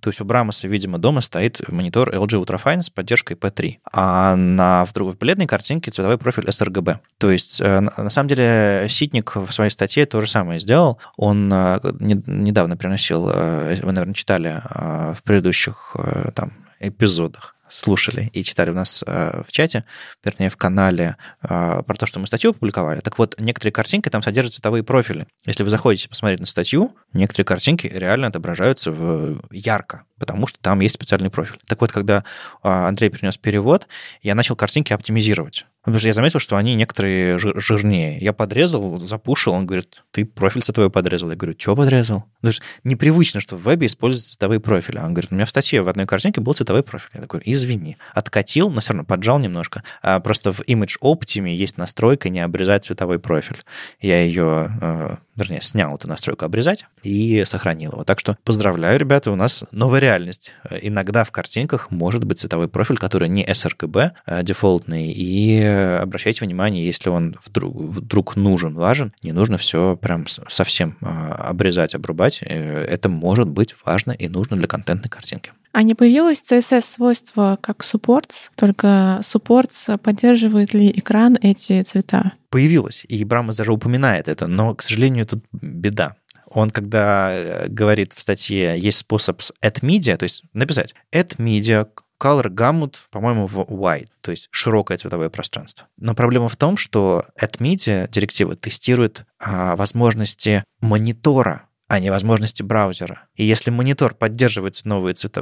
То есть у Брамоса, видимо, дома стоит монитор LG Ultrafine с поддержкой P3, а в бледной картинке цветовой профиль sRGB. То есть, на самом деле, Ситник в своей статье то же самое сделал. Он недавно приносил, вы, наверное, читали в предыдущих эпизодах, слушали и читали у нас в чате, вернее, в канале про то, что мы статью опубликовали. Так вот, некоторые картинки там содержат цветовые профили. Если вы заходите посмотреть на статью, некоторые картинки реально отображаются ярко, потому что там есть специальный профиль. Так вот, когда Андрей принес перевод, я начал картинки оптимизировать. Потому что я заметил, что они некоторые жирнее. Я подрезал, запушил, он говорит, ты профиль цветовой подрезал. Я говорю, что подрезал? Потому что непривычно, что в вебе используются цветовые профили. Он говорит, у меня в статье в одной картинке был цветовой профиль. Я такой, извини. Откатил, но все равно поджал немножко. Просто в Image Optime есть настройка не обрезать цветовой профиль. Я ее, снял эту настройку обрезать и сохранил его. Так что поздравляю, ребята, у нас новая реальность. Иногда в картинках может быть цветовой профиль, который не sRGB, дефолтный, и обращайте внимание, если он вдруг нужен, важен, не нужно все прям совсем обрезать, обрубать. Это может быть важно и нужно для контентной картинки. А не появилось CSS-свойство как supports, только supports поддерживает ли экран эти цвета? Появилось, и Брамос даже упоминает это, но, к сожалению, тут беда. Он, когда говорит в статье, есть способ с add media, то есть написать add media color gamut, по-моему, в wide, то есть широкое цветовое пространство. Но проблема в том, что add media директива тестирует возможности монитора, а не возможности браузера. И если монитор поддерживает новые цвета,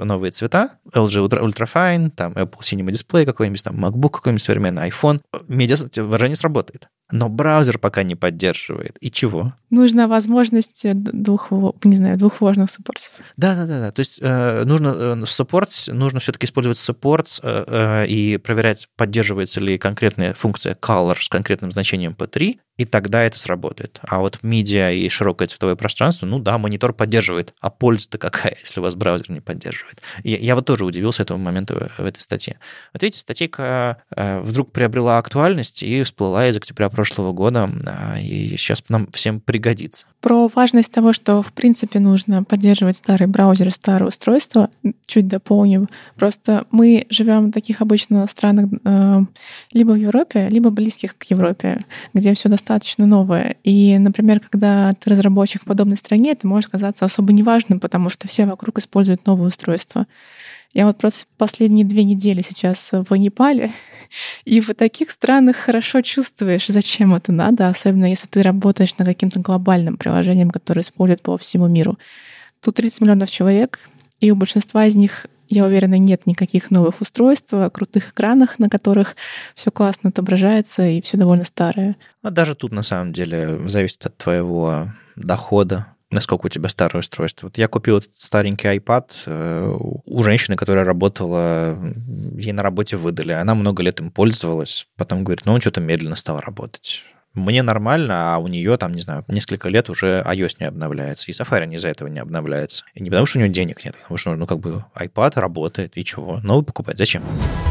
LG Ultrafine, там Apple Cinema Display какой-нибудь, там MacBook какой-нибудь современный, iPhone, выражение сработает. Но браузер пока не поддерживает. И чего? Нужна возможность двухложных саппортов. Да. То есть нужно все-таки использовать supports и проверять, поддерживается ли конкретная функция color с конкретным значением P3, и тогда это сработает. А вот медиа и широкое цветовое пространство, монитор поддерживает. А польза-то какая, если у вас браузер не поддерживает? Я вот тоже удивился этому моменту в этой статье. Вот видите, статейка вдруг приобрела актуальность и всплыла из октября прошлого года, и сейчас нам всем пригодится. Про важность того, что в принципе нужно поддерживать старый браузер и старое устройство, чуть дополню. Просто мы живем в таких обычно странах либо в Европе, либо близких к Европе, где все достаточно новое. И, например, когда ты разработчик в подобной стране, это может казаться особо неважным, потому что все вокруг используют новые устройства. Я вот просто последние 2 недели сейчас в Непале, и в таких странах хорошо чувствуешь, зачем это надо, особенно если ты работаешь над каким-то глобальным приложением, которое используют по всему миру. Тут 30 миллионов человек, и у большинства из них, я уверена, нет никаких новых устройств, крутых экранах, на которых все классно отображается, и все довольно старое. А даже тут, на самом деле, зависит от твоего дохода, насколько у тебя старое устройство. Вот я купил этот старенький iPad у женщины, которая работала, ей на работе выдали. Она много лет им пользовалась, потом говорит, он что-то медленно стал работать. Мне нормально, а у нее там, несколько лет уже iOS не обновляется, и Safari из-за этого не обновляется. И не потому, что у нее денег нет, а потому что, iPad работает, и чего? Новый покупать зачем?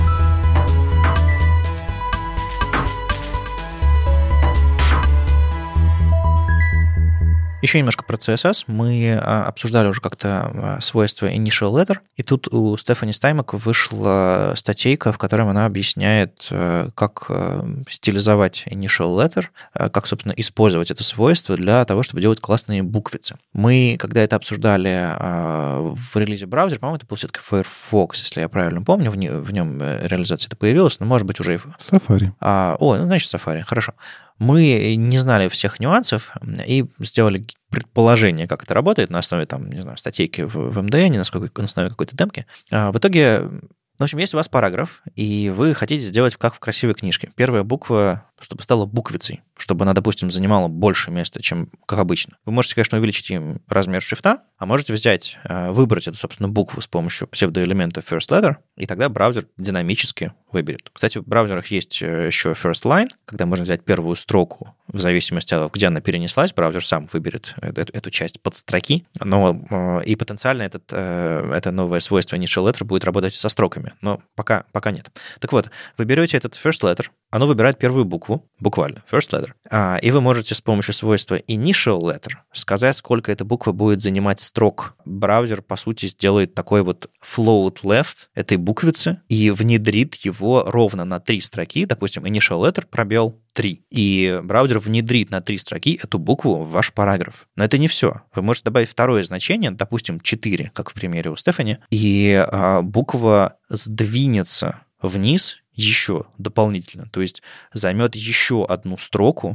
Еще немножко про CSS. Мы обсуждали уже как-то свойства Initial Letter, и тут у Стефани Стаймак вышла статейка, в которой она объясняет, как стилизовать Initial Letter, как, собственно, использовать это свойство для того, чтобы делать классные буквицы. Мы, когда это обсуждали в релизе браузера, по-моему, это был все-таки Firefox, если я правильно помню, в нем реализация это появилась, но, может быть, уже и... Safari. Значит, Safari, хорошо. Мы не знали всех нюансов и сделали предположение, как это работает на основе, статейки в MDN, на основе какой-то демки. В итоге, в общем, есть у вас параграф, и вы хотите сделать как в красивой книжке. Первая буква, чтобы стала буквицей, чтобы она, допустим, занимала больше места, чем как обычно. Вы можете, конечно, увеличить им размер шрифта, а можете выбрать эту, собственно, букву с помощью псевдоэлемента first letter, и тогда браузер динамически выберет. Кстати, в браузерах есть еще first line, когда можно взять первую строку, в зависимости от того, где она перенеслась, браузер сам выберет эту часть подстроки, но и потенциально это новое свойство initial letter будет работать со строками, но пока нет. Так вот, вы берете этот first letter, оно выбирает первую букву, буквально, first letter. И вы можете с помощью свойства initial letter сказать, сколько эта буква будет занимать строк. Браузер, по сути, сделает такой вот float left этой буквицы и внедрит его ровно на 3 строки, допустим, initial letter, пробел 3. И браузер внедрит на 3 строки эту букву в ваш параграф. Но это не все. Вы можете добавить второе значение, допустим, 4, как в примере у Стефани, и буква сдвинется вниз еще дополнительно, то есть займет еще одну строку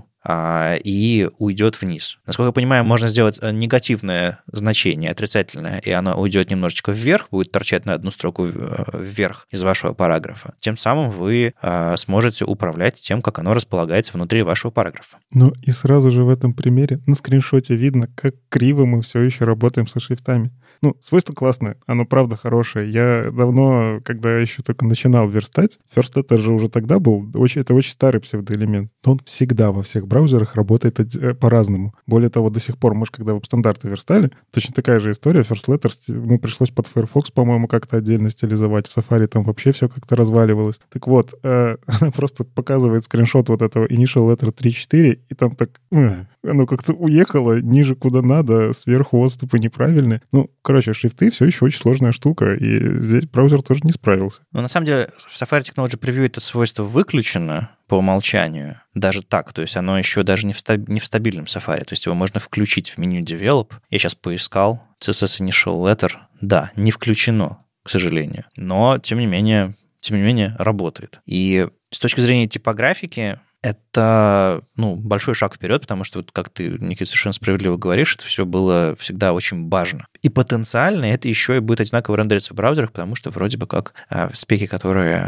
и уйдет вниз. Насколько я понимаю, можно сделать негативное значение, отрицательное, и оно уйдет немножечко вверх, будет торчать на одну строку вверх из вашего параграфа. Тем самым вы сможете управлять тем, как оно располагается внутри вашего параграфа. Ну и сразу же в этом примере на скриншоте видно, как криво мы все еще работаем со шрифтами. Ну, свойство классное, оно правда хорошее. Я давно, когда еще только начинал верстать, First Letter же уже тогда был, это очень старый псевдоэлемент, но он всегда во всех браузерах работает по-разному. Более того, до сих пор, мы же когда веб-стандарты верстали, точно такая же история. First Letter, ну, пришлось под Firefox, по-моему, как-то отдельно стилизовать. В Safari там вообще все как-то разваливалось. Так вот, она просто показывает скриншот вот этого Initial Letter 3.4, и там так... Оно как-то уехало ниже, куда надо, сверху отступы неправильные. Ну, короче, шрифты все еще очень сложная штука, и здесь браузер тоже не справился. Но на самом деле в Safari Technology Preview это свойство выключено по умолчанию, даже так, то есть оно еще даже не в стабильном Safari, то есть его можно включить в меню Develop. Я сейчас поискал CSS Initial Letter, да, не включено, к сожалению, но тем не менее работает. И с точки зрения типографики, это, большой шаг вперед, потому что, вот как ты, Никита, совершенно справедливо говоришь, это все было всегда очень важно. И потенциально это еще и будет одинаково рендериться в браузерах, потому что вроде бы как спеки, которые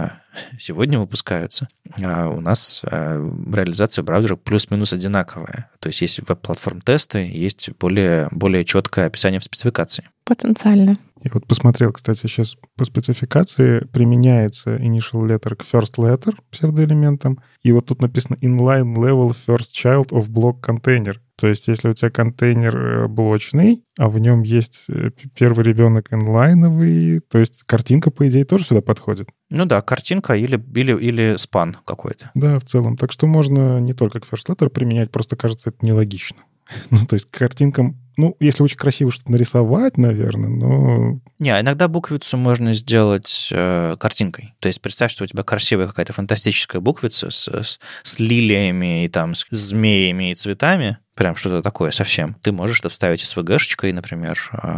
сегодня выпускаются, у нас реализация браузера плюс-минус одинаковая. То есть есть веб-платформ-тесты, есть более четкое описание в спецификации. Потенциально. Я вот посмотрел, кстати, сейчас по спецификации применяется initial letter к first letter псевдоэлементам, и вот тут написано inline level first child of block container. То есть если у тебя контейнер блочный, а в нем есть первый ребенок инлайновый, то есть картинка, по идее, тоже сюда подходит. Ну да, картинка или спан какой-то. Да, в целом. Так что можно не только к first letter применять, просто кажется это нелогично. Ну, то есть к картинкам, если очень красиво что-то нарисовать, наверное, но... Не, иногда буквицу можно сделать картинкой. То есть представь, что у тебя красивая какая-то фантастическая буквица с лилиями и там с змеями и цветами, прям что-то такое совсем. Ты можешь это вставить SVG-шечкой, например,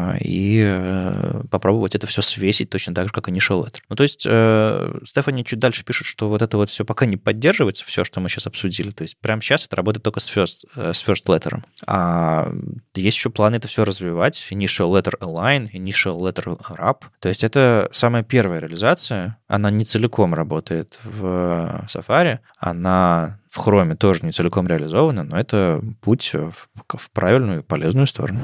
и попробовать это все свесить точно так же, как initial letter. Ну, то есть Стефани чуть дальше пишет, что вот это вот все пока не поддерживается, все, что мы сейчас обсудили. То есть прямо сейчас это работает только с first letter. А есть еще планы это все развивать. Initial letter align, initial letter wrap. То есть это самая первая реализация. Она не целиком работает в Safari, она в Chrome тоже не целиком реализована, но это путь в правильную и полезную сторону.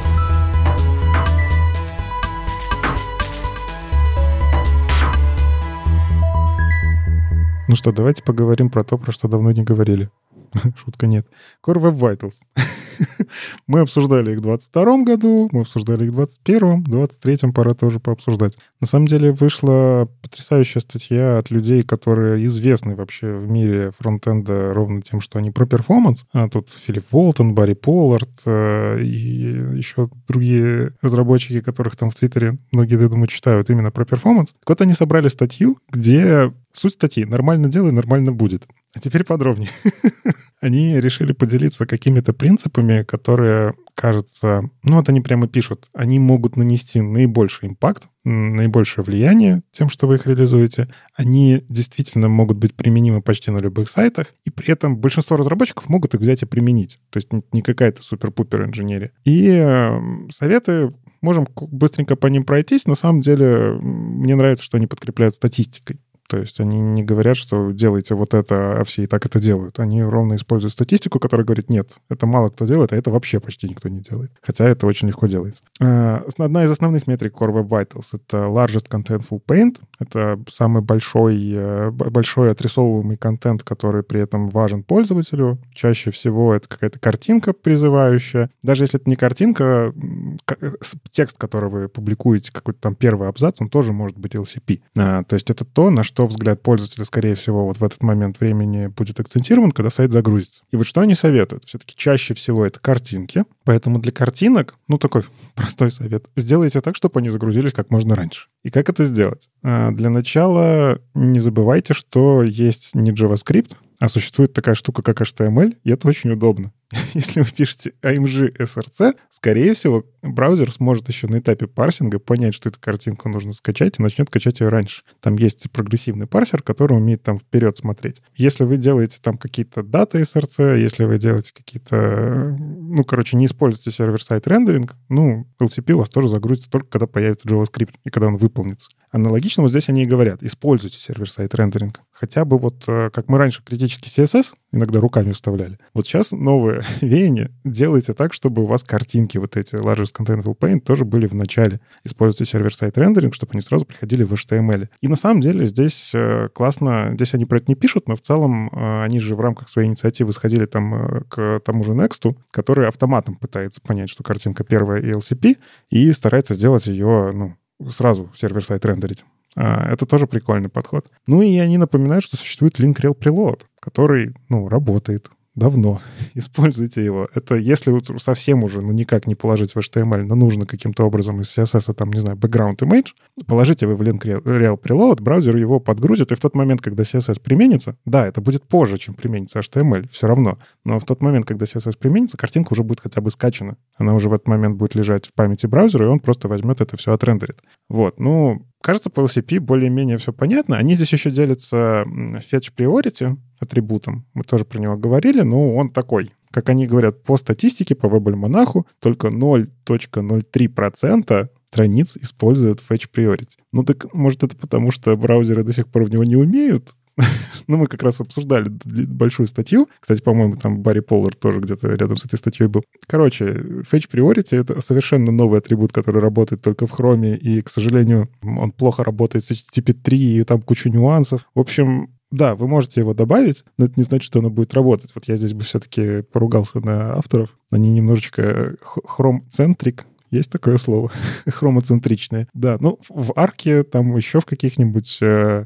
Ну что, давайте поговорим про то, про что давно не говорили. Шутка нет. Core Web Vitals. Мы обсуждали их в 2022 году, мы обсуждали их в 2021, в 2023 пора тоже пообсуждать. На самом деле вышла потрясающая статья от людей, которые известны вообще в мире фронтенда ровно тем, что они про перформанс. А тут Филипп Уолтон, Барри Поллард и еще другие разработчики, которых там в Твиттере многие, я думаю, читают именно про перформанс. Так вот они собрали статью, где суть статьи «Нормально делай, нормально будет». А теперь подробнее. Они решили поделиться какими-то принципами, которые, кажется, вот они прямо пишут, они могут нанести наибольший импакт, наибольшее влияние тем, что вы их реализуете. Они действительно могут быть применимы почти на любых сайтах, и при этом большинство разработчиков могут их взять и применить. То есть не какая-то супер-пупер инженерия. И советы можем быстренько по ним пройтись. На самом деле мне нравится, что они подкрепляют статистикой. То есть они не говорят, что делайте вот это, а все и так это делают. Они ровно используют статистику, которая говорит, нет, это мало кто делает, а это вообще почти никто не делает. Хотя это очень легко делается. Одна из основных метрик Core Web Vitals — это largest contentful paint. Это самый большой отрисовываемый контент, который при этом важен пользователю. Чаще всего это какая-то картинка призывающая. Даже если это не картинка, текст, который вы публикуете, какой-то там первый абзац, он тоже может быть LCP. То есть это то, на что взгляд пользователя, скорее всего, вот в этот момент времени будет акцентирован, когда сайт загрузится. И вот что они советуют? Все-таки чаще всего это картинки. Поэтому для картинок, такой простой совет. Сделайте так, чтобы они загрузились как можно раньше. И как это сделать? Для начала не забывайте, что есть не JavaScript, а существует такая штука, как HTML, и это очень удобно. Если вы пишете AMG SRC, скорее всего, браузер сможет еще на этапе парсинга понять, что эту картинку нужно скачать, и начнет качать ее раньше. Там есть прогрессивный парсер, который умеет там вперед смотреть. Если вы делаете там какие-то даты SRC, если вы делаете какие-то... не используете сервер-сайд рендеринг, LCP у вас тоже загрузится только когда появится JavaScript и когда он выполнится. Аналогично вот здесь они и говорят, используйте сервер-сайд рендеринг. Хотя бы как мы раньше критический CSS иногда руками вставляли. Вот сейчас новое веяние. Делайте так, чтобы у вас картинки, вот эти Largest Contentful Paint, тоже были в начале. Используйте сервер-сайд рендеринг, чтобы они сразу приходили в HTML. И на самом деле здесь классно, здесь они про это не пишут, но в целом они же в рамках своей инициативы сходили там к тому же Next, который автоматом пытается понять, что картинка первая и LCP, и старается сделать ее, сразу сервер-сайд рендерить. Это тоже прикольный подход. И они напоминают, что существует Link Rel Preload, который, работает давно. Используйте его. Это если вы совсем уже никак не положить в HTML, но нужно каким-то образом из CSS, background image, положите вы в Link Rel Preload, браузер его подгрузит, и в тот момент, когда CSS применится, да, это будет позже, чем применится HTML, все равно, но в тот момент, когда CSS применится, картинка уже будет хотя бы скачана. Она уже в этот момент будет лежать в памяти браузера, и он просто возьмет это все, отрендерит. Кажется, по LCP более-менее все понятно. Они здесь еще делятся fetch priority атрибутом. Мы тоже про него говорили, но он такой. Как они говорят, по статистике, по WebAlmanac, только 0.03% страниц используют fetch priority. Так может это потому, что браузеры до сих пор в него не умеют? Мы как раз обсуждали большую статью. Кстати, по-моему, там Барри Поллард тоже где-то рядом с этой статьей был. Fetch Priority — это совершенно новый атрибут, который работает только в Chrome, и, к сожалению, он плохо работает с HTTP 3, и там куча нюансов. В общем, да, вы можете его добавить, но это не значит, что оно будет работать. Вот я здесь бы все-таки поругался на авторов. Они немножечко Chrome-centric. Есть такое слово? Хромоцентричное. Да, в Арке, там еще в каких-нибудь...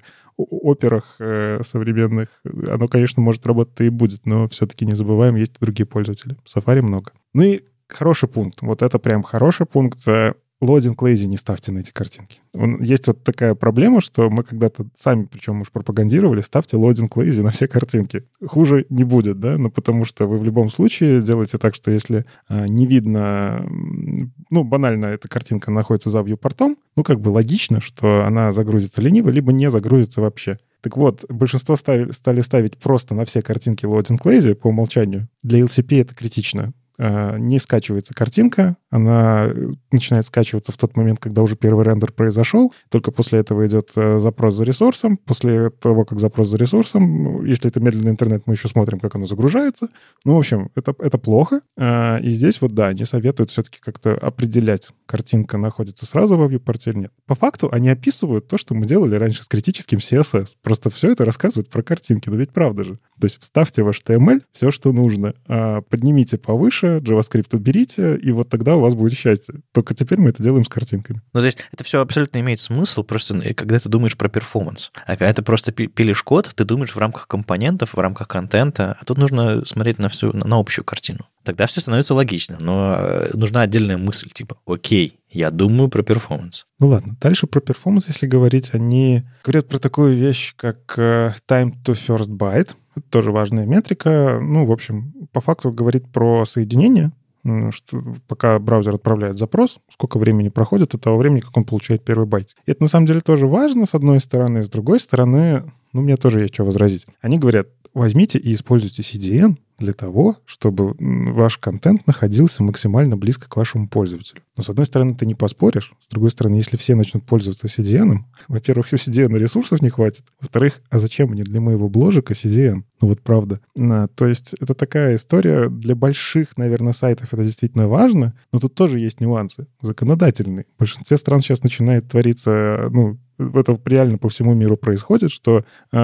операх современных, оно, конечно, может работать и будет, но все-таки не забываем, есть и другие пользователи. Safari много. И хороший пункт. Вот это прям хороший пункт. Loading lazy не ставьте на эти картинки. Есть вот такая проблема, что мы когда-то сами, причем уж пропагандировали, ставьте loading lazy на все картинки. Хуже не будет, да? Потому что вы в любом случае делаете так, что если не видно, банально эта картинка находится за вьюпортом, логично, что она загрузится лениво, либо не загрузится вообще. Так вот, большинство стали ставить просто на все картинки loading lazy по умолчанию. Для LCP это критично. Не скачивается картинка, она начинает скачиваться в тот момент, когда уже первый рендер произошел, только после этого идет запрос за ресурсом, после того, как запрос за ресурсом, если это медленный интернет, мы еще смотрим, как оно загружается. В общем, это плохо, и здесь они советуют все-таки как-то определять, картинка находится сразу во вьюпорте или нет. По факту они описывают то, что мы делали раньше с критическим CSS, просто все это рассказывают про картинки, но ведь правда же. То есть вставьте в HTML все, что нужно, поднимите повыше, JavaScript уберите, и вот тогда у вас будет счастье. Только теперь мы это делаем с картинками. То есть это все абсолютно имеет смысл, просто когда ты думаешь про перформанс. А когда ты просто пилишь код, ты думаешь в рамках компонентов, в рамках контента, а тут нужно смотреть на общую картину. Тогда все становится логично, но нужна отдельная мысль, окей, я думаю про перформанс. Ладно, дальше про перформанс, если говорить, они говорят про такую вещь, как time to first byte. Это тоже важная метрика. В общем, по факту говорит про соединение, что пока браузер отправляет запрос, сколько времени проходит от того времени, как он получает первый байт. И это на самом деле тоже важно, с одной стороны. С другой стороны, мне тоже есть что возразить. Они говорят, возьмите и используйте CDN для того, чтобы ваш контент находился максимально близко к вашему пользователю. Но, с одной стороны, ты не поспоришь. С другой стороны, если все начнут пользоваться CDN, во-первых, у CDN ресурсов не хватит. Во-вторых, а зачем мне для моего бложика CDN? Правда. То есть это такая история. Для больших, наверное, сайтов это действительно важно, но тут тоже есть нюансы законодательные. В большинстве стран сейчас начинает твориться, это реально по всему миру происходит, что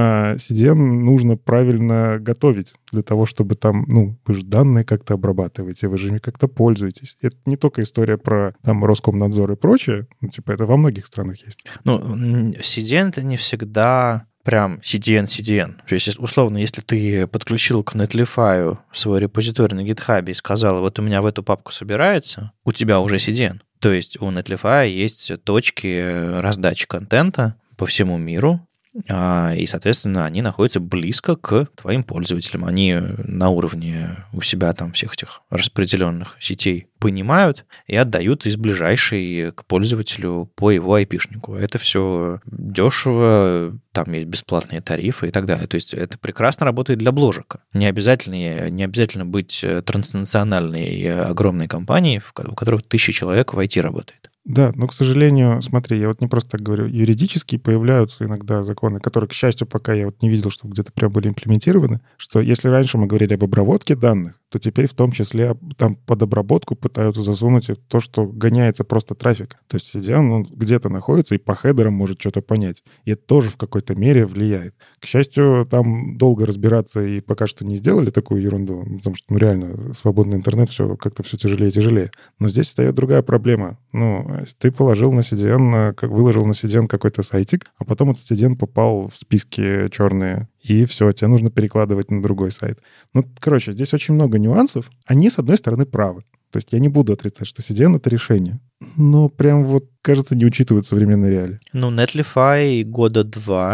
CDN нужно правильно готовить для того, чтобы там, вы же данные как-то обрабатываете, вы же ими как-то пользуетесь. Это не только история про там Роскомнадзор и прочее, это во многих странах есть. CDN — это не всегда прям CDN. То есть, условно, если ты подключил к Netlify свой репозиторий на GitHub и сказал, вот у меня в эту папку собирается, у тебя уже CDN. То есть у Netlify есть точки раздачи контента по всему миру, и, соответственно, они находятся близко к твоим пользователям. Они на уровне у себя там всех этих распределенных сетей понимают и отдают из ближайшей к пользователю по его IP-шнику. Это все дешево, там есть бесплатные тарифы и так далее. То есть это прекрасно работает для бложека. Не обязательно быть транснациональной огромной компанией, у которой 1000 человек в IT работает. Да, но, к сожалению, смотри, я вот не просто так говорю, юридически появляются иногда законы, которые, к счастью, пока я вот не видел, чтобы где-то прям были имплементированы, что если раньше мы говорили об обработке данных, то теперь в том числе там под обработку пытаются засунуть то, что гоняется просто трафик. То есть CDN, он где-то находится и по хедерам может что-то понять. И это тоже в какой-то мере влияет. К счастью, там долго разбираться и пока что не сделали такую ерунду, потому что, реально, свободный интернет как-то все тяжелее и тяжелее. Но здесь встает другая проблема. Ты положил на CDN, выложил на CDN какой-то сайтик, а потом этот CDN попал в списки черные, и все, тебе нужно перекладывать на другой сайт. Здесь очень много нюансов. Они, с одной стороны, правы. То есть я не буду отрицать, что CDN — это решение. Но прям кажется, не учитывают современные реалии. Netlify года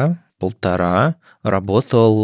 2-1.5 работал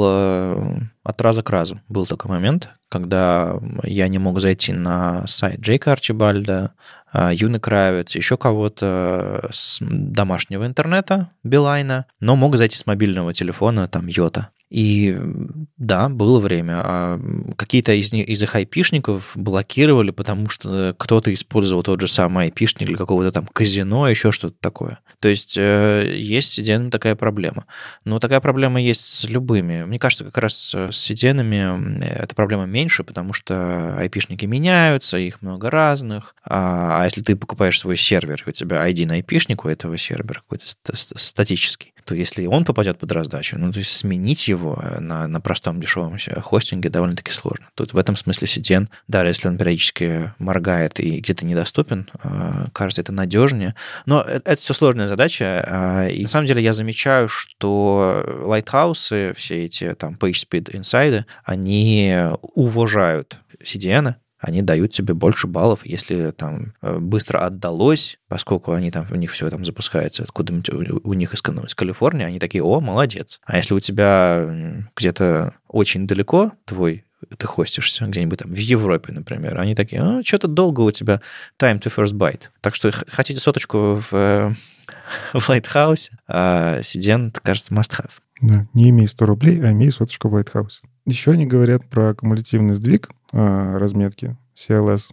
от раза к разу. Был такой момент, когда я не мог зайти на сайт Джейка Арчибальда, Юны Кравец, еще кого-то с домашнего интернета, Билайна, но мог зайти с мобильного телефона, там, Йота. И да, было время. Какие-то из их айпишников блокировали, потому что кто-то использовал тот же самый айпишник для какого-то там казино, еще что-то такое. То есть есть с CDN такая проблема. Но такая проблема есть с любыми. Мне кажется, как раз с CDN-ами эта проблема меньше, потому что айпишники меняются, их много разных. А если ты покупаешь свой сервер, и у тебя ID на айпишник у этого сервера какой-то статический, то если он попадет под раздачу, то есть сменить его на простом дешевом хостинге довольно-таки сложно. Тут в этом смысле CDN, даже если он периодически моргает и где-то недоступен, кажется, это надежнее. Но это все сложная задача. И на самом деле я замечаю, что лайтхаусы, все эти там PageSpeed Insight, они уважают CDN, они дают тебе больше баллов, если там быстро отдалось, поскольку они там, у них все там запускается откуда-нибудь у них из Калифорнии, они такие: о, молодец. А если у тебя где-то очень далеко ты хостишься, где-нибудь там в Европе, например, они такие: что-то долго у тебя time to first byte. Так что хотите соточку в Lighthouse, CDN, кажется, must have. Да, не имей 100 рублей, а имей соточку в Lighthouse. Еще они говорят про кумулятивный сдвиг разметки CLS.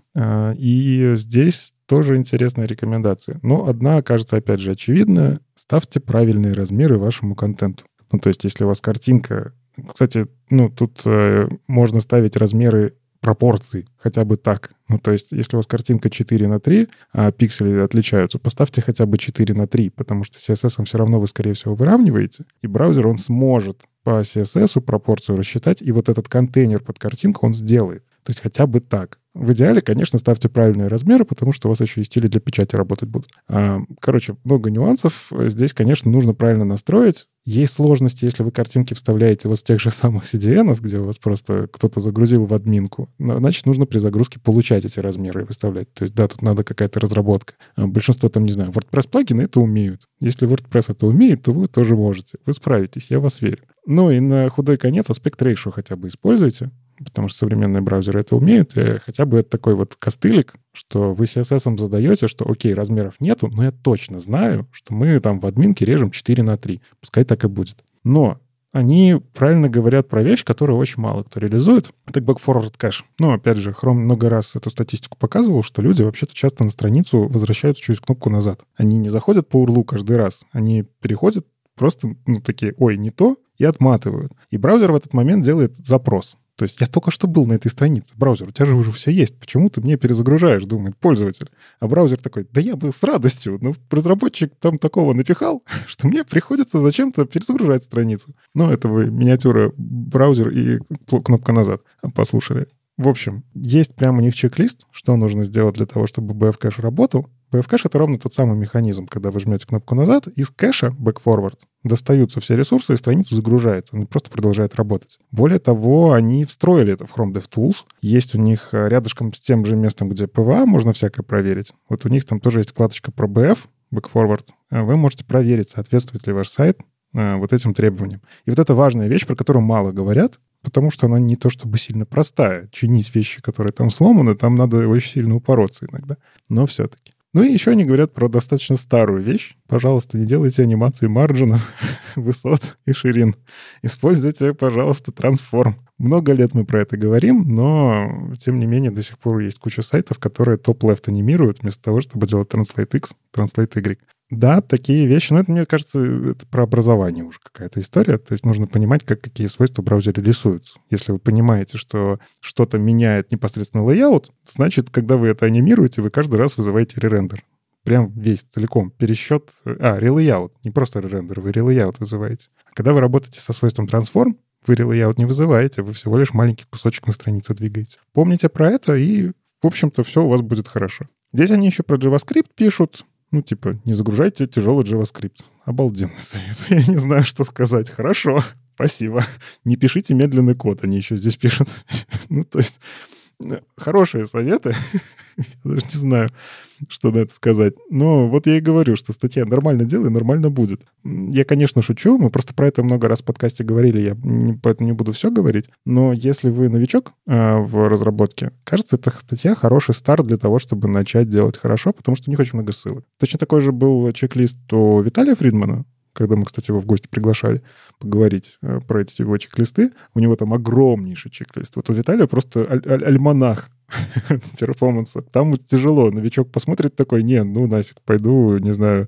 И здесь тоже интересная рекомендация. Но одна, кажется, опять же, очевидная. Ставьте правильные размеры вашему контенту. То есть, если у вас картинка... Кстати, тут можно ставить размеры пропорций, хотя бы так. То есть, если у вас картинка 4:3, а пиксели отличаются, поставьте хотя бы 4:3, потому что CSS все равно вы, скорее всего, выравниваете, и браузер, он сможет по CSS пропорцию рассчитать, и вот этот контейнер под картинку он сделает. То есть хотя бы так. В идеале, конечно, ставьте правильные размеры, потому что у вас еще и стили для печати работать будут. Много нюансов. Здесь, конечно, нужно правильно настроить. Есть сложности, если вы картинки вставляете с тех же самых CDN, где у вас просто кто-то загрузил в админку. Значит, нужно при загрузке получать эти размеры и выставлять. То есть, да, тут надо какая-то разработка. Большинство там, не знаю, WordPress-плагины это умеют. Если WordPress это умеет, то вы тоже можете. Вы справитесь, я вас верю. И на худой конец аспект ratio хотя бы используйте, потому что современные браузеры это умеют. И хотя бы это такой костылик, что вы CSS задаете, что окей, размеров нету, но я точно знаю, что мы там в админке режем 4:3. Пускай так и будет. Но они правильно говорят про вещь, которую очень мало кто реализует. Это back-forward кэш. Опять же, Chrome много раз эту статистику показывал, что люди вообще-то часто на страницу возвращаются через кнопку назад. Они не заходят по URL каждый раз. Они переходят просто, такие: ой, не то, и отматывают. И браузер в этот момент делает запрос. То есть я только что был на этой странице. Браузер, у тебя же уже все есть. Почему ты мне перезагружаешь, думает пользователь. А браузер такой: да я бы с радостью, но разработчик там такого напихал, что мне приходится зачем-то перезагружать страницу. Это вы миниатюра, браузер и кнопка назад послушали. В общем, есть прямо у них чек-лист, что нужно сделать для того, чтобы BF-кэш работал. BF-кэш — это ровно тот самый механизм, когда вы жмете кнопку назад, из кэша, back-forward, достаются все ресурсы, и страница загружается, она просто продолжает работать. Более того, они встроили это в Chrome DevTools. Есть у них рядышком с тем же местом, где PWA, можно всякое проверить. Вот у них там тоже есть вкладочка про BF, back-forward. Вы можете проверить, соответствует ли ваш сайт вот этим требованиям. И вот это важная вещь, про которую мало говорят, потому что она не то чтобы сильно простая. Чинить вещи, которые там сломаны, там надо очень сильно упороться иногда. Но все-таки. Ну и еще они говорят про достаточно старую вещь. Пожалуйста, не делайте анимации марджинов, высот и ширин. Используйте, пожалуйста, трансформ. Много лет мы про это говорим, но, тем не менее, до сих пор есть куча сайтов, которые топ-лефт анимируют вместо того, чтобы делать Translate X, Translate Y. Да, такие вещи, но это, мне кажется, это про образование уже какая-то история. То есть нужно понимать, какие свойства в браузере рисуются. Если вы понимаете, что что-то меняет непосредственно layout, значит, когда вы это анимируете, вы каждый раз вызываете ререндер. Прям весь целиком. Пересчет... релейаут. Не просто ререндер, вы релейаут вызываете. А когда вы работаете со свойством transform, вы релейаут не вызываете, вы всего лишь маленький кусочек на странице двигаете. Помните про это, и, в общем-то, все у вас будет хорошо. Здесь они еще про JavaScript пишут. Не загружайте тяжелый JavaScript. Обалденный совет. Я не знаю, что сказать. Хорошо, спасибо. Не пишите медленный код, они еще здесь пишут. Хорошие советы. Я даже не знаю, что на это сказать. Но вот я и говорю, что статья нормально делай, нормально будет. Я, конечно, шучу, мы просто про это много раз в подкасте говорили, я поэтому не буду все говорить. Но если вы новичок в разработке, кажется, эта статья хороший старт для того, чтобы начать делать хорошо, потому что у них очень много ссылок. Точно такой же был чек-лист у Виталия Фридмана, когда мы, кстати, его в гости приглашали поговорить про эти его чек-листы. У него там огромнейший чек-лист. Вот у Виталия просто альманах перформанса. Там тяжело. Новичок посмотрит такой, нафиг, пойду, не знаю,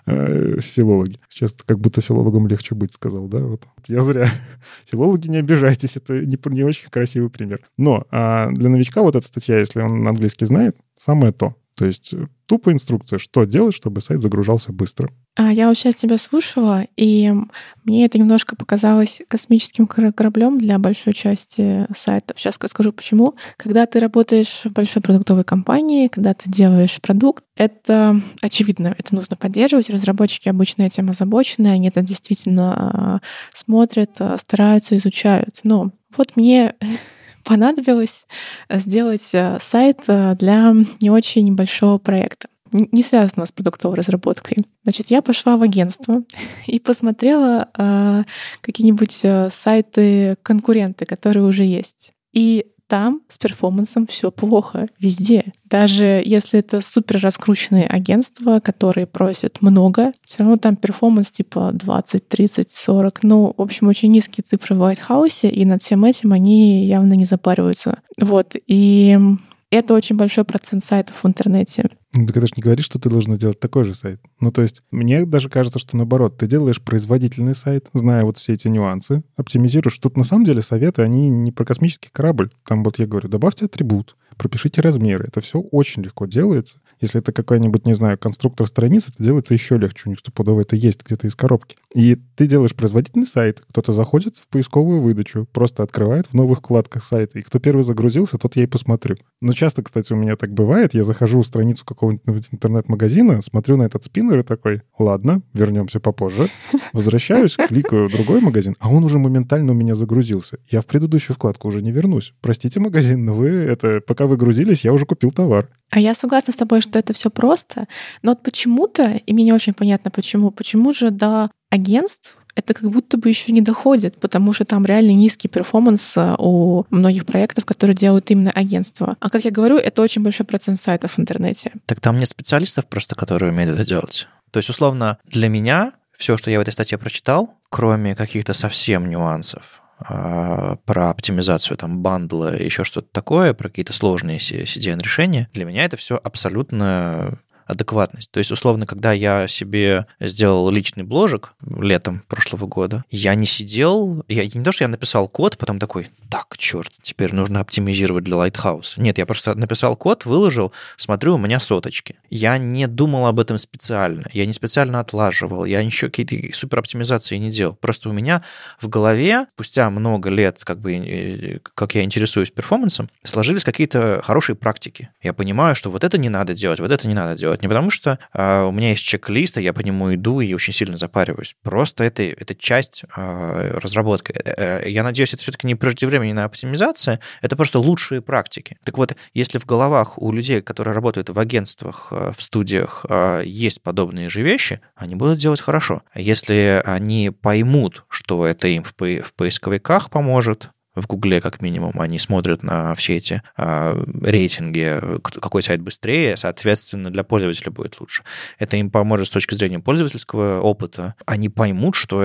филологи. Сейчас как будто филологам легче быть, сказал, да? Вот я зря. Филологи, не обижайтесь, это не очень красивый пример. Но для новичка вот эта статья, если он английский знает, самое то. То есть тупо инструкция, что делать, чтобы сайт загружался быстро. Я вот сейчас тебя слушала, и мне это немножко показалось космическим кораблем для большой части сайтов. Сейчас скажу почему. Когда ты работаешь в большой продуктовой компании, когда ты делаешь продукт, это очевидно, это нужно поддерживать. Разработчики обычно этим озабочены, они это действительно смотрят, стараются, изучают. Но вот мне понадобилось сделать сайт для не очень большого проекта, не связанного с продуктовой разработкой. Значит, я пошла в агентство и посмотрела какие-нибудь сайты-конкуренты, которые уже есть. И там с перформансом все плохо везде. Даже если это супер раскрученные агентства, которые просят много, все равно там перформанс типа 20, 30, 40. В общем, очень низкие цифры в Lighthouse, и над всем этим они явно не запариваются. Вот. И это очень большой процент сайтов в интернете. Так это же не говорит, что ты должна делать такой же сайт. То есть мне даже кажется, что наоборот, ты делаешь производительный сайт, зная вот все эти нюансы, оптимизируешь. Тут на самом деле советы, они не про космический корабль. Там вот я говорю, добавьте атрибут, пропишите размеры. Это все очень легко делается. Если это какой-нибудь, не знаю, конструктор страниц, это делается еще легче. У них стопудово это есть где-то из коробки. И ты делаешь производительный сайт, кто-то заходит в поисковую выдачу, просто открывает в новых вкладках сайта, и кто первый загрузился, тот я и посмотрю. Но часто, кстати, у меня так бывает. Я захожу в страницу какого-нибудь интернет-магазина, смотрю на этот спиннер и такой, ладно, вернемся попозже. Возвращаюсь, кликаю в другой магазин, а он уже моментально у меня загрузился. Я в предыдущую вкладку уже не вернусь. Простите, магазин, но пока вы грузились, я уже купил товар. А я согласна с тобой, что это все просто, но вот почему-то, и мне не очень понятно почему же до агентств это как будто бы еще не доходит, потому что там реально низкий перформанс у многих проектов, которые делают именно агентства. А как я говорю, это очень большой процент сайтов в интернете. Так там нет специалистов просто, которые умеют это делать. То есть, условно, для меня все, что я в этой статье прочитал, кроме каких-то совсем нюансов, про оптимизацию бандла и еще что-то такое, про какие-то сложные CDN-решения, для меня это все абсолютно адекватность. То есть, условно, когда я себе сделал личный бложек летом прошлого года, я не сидел, не то, что я написал код, потом такой, так, черт, теперь нужно оптимизировать для Lighthouse. Нет, я просто написал код, выложил, смотрю, у меня соточки. Я не думал об этом специально, я не специально отлаживал, я ничего, какие-то супер оптимизации не делал. Просто у меня в голове, спустя много лет, как я интересуюсь перформансом, сложились какие-то хорошие практики. Я понимаю, что вот это не надо делать, вот это не надо делать. Не потому что у меня есть чек-лист, а я по нему иду и очень сильно запариваюсь. Просто это часть разработки. Я надеюсь, это все-таки не преждевременная оптимизация, это просто лучшие практики. Так вот, если в головах у людей, которые работают в агентствах, в студиях, есть подобные же вещи, они будут делать хорошо. Если они поймут, что это им в поисковиках поможет, в Гугле, как минимум, они смотрят на все эти рейтинги, какой сайт быстрее, соответственно, для пользователя будет лучше. Это им поможет с точки зрения пользовательского опыта. Они поймут, что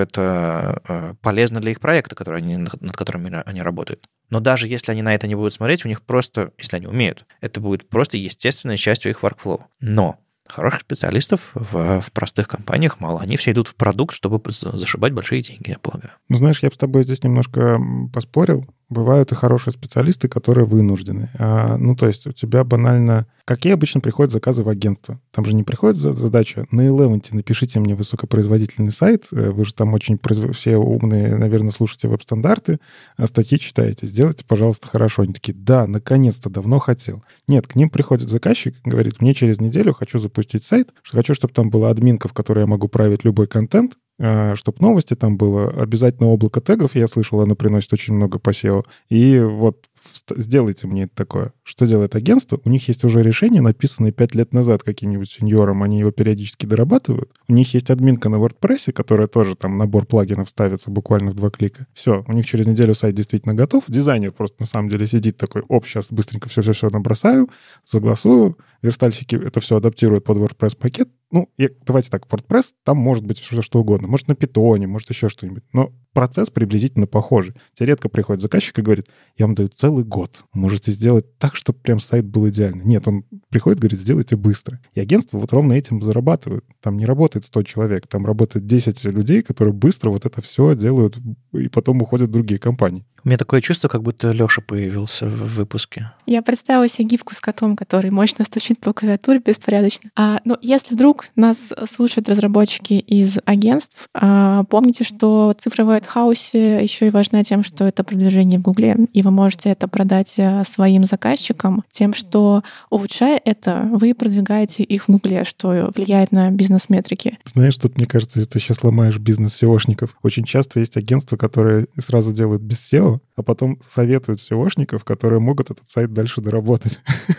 это полезно для их проекта, над которыми они работают. Но даже если они на это не будут смотреть, у них просто, если они умеют, это будет просто естественной частью их workflow. Но хороших специалистов в простых компаниях мало. Они все идут в продукт, чтобы зашибать большие деньги, я полагаю. Ну, знаешь, я бы с тобой здесь немножко поспорил. Бывают и хорошие специалисты, которые вынуждены. То есть у тебя банально... Какие обычно приходят заказы в агентство? Там же не приходит задача на Eleven напишите мне высокопроизводительный сайт. Вы же там очень все умные, наверное, слушаете веб-стандарты, статьи читаете. Сделайте, пожалуйста, хорошо. Они такие, да, наконец-то, давно хотел. Нет, к ним приходит заказчик, говорит, мне через неделю хочу запустить сайт, хочу, чтобы там была админка, в которой я могу править любой контент, чтобы новости там было, обязательно облако тегов, я слышал, оно приносит очень много по SEO. И вот сделайте мне это такое. Что делает агентство? У них есть уже решение, написанное 5 лет назад каким-нибудь сеньором, они его периодически дорабатывают. У них есть админка на WordPress, которая тоже там набор плагинов ставится буквально в 2 клика. Все, у них через неделю сайт действительно готов. Дизайнер просто на самом деле сидит такой, сейчас быстренько все набросаю, согласую, верстальщики это все адаптируют под WordPress-пакет. Давайте так, WordPress, там может быть все что угодно. Может, на питоне, может, еще что-нибудь. Но процесс приблизительно похожий. Тебе редко приходит заказчик и говорит, я вам даю целый год. Можете сделать так, чтобы прям сайт был идеальный. Нет, он приходит, говорит, сделайте быстро. И агентство вот ровно этим зарабатывают. Там не работает 100 человек, там работает 10 людей, которые быстро вот это все делают, и потом уходят в другие компании. У меня такое чувство, как будто Леша появился в выпуске. Я представила себе гифку с котом, который мощно стучит по клавиатуре беспорядочно. Но если вдруг нас слушают разработчики из агентств, помните, что цифра в Lighthouse еще и важна тем, что это продвижение в Гугле, и вы можете это продать своим заказчикам тем, что, улучшая это, вы продвигаете их в Гугле, что влияет на бизнес-метрики. Знаешь, тут, мне кажется, ты сейчас ломаешь бизнес SEOшников. Очень часто есть агентства, которые сразу делают без SEO, а потом советуют SEOшников, которые могут этот сайт дальше доработать.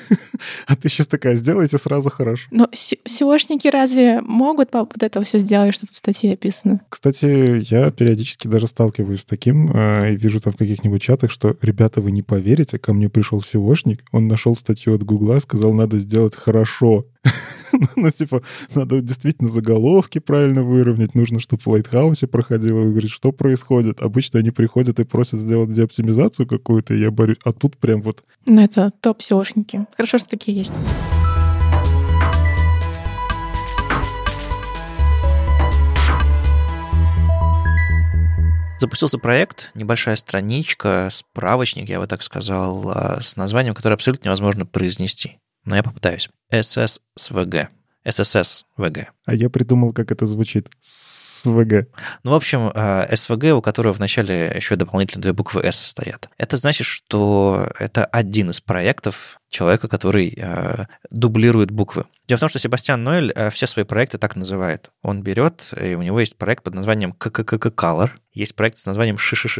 А ты сейчас такая, сделайте сразу хорошо. Но SEOшники разве могут вот это все сделать, что тут в статье описано? Кстати, я периодически даже сталкиваюсь с таким, и вижу там в каких-нибудь чатах, что, ребята, вы не поверите, ко мне пришел SEOшник, он нашел статью от Гугла, сказал, надо сделать хорошо. Надо действительно заголовки правильно выровнять, нужно, чтобы в Lighthouse проходило. Вы говорите, что происходит? Обычно они приходят и просят сделать деоптимизацию какую-то, и я борюсь, а тут прям вот... Это топ-SEOшники. Хорошо, что такие есть. Запустился проект, небольшая страничка, справочник, я бы так сказал, с названием, которое абсолютно невозможно произнести. Но я попытаюсь. SSSVG. SSSVG. А я придумал, как это звучит. СВГ. В общем, SVG, у которого вначале еще дополнительно 2 буквы S стоят. Это значит, что это один из проектов человека, который дублирует буквы. Дело в том, что Себастьян Ноэль все свои проекты так называет. Он берет, и у него есть проект под названием Color, есть проект с названием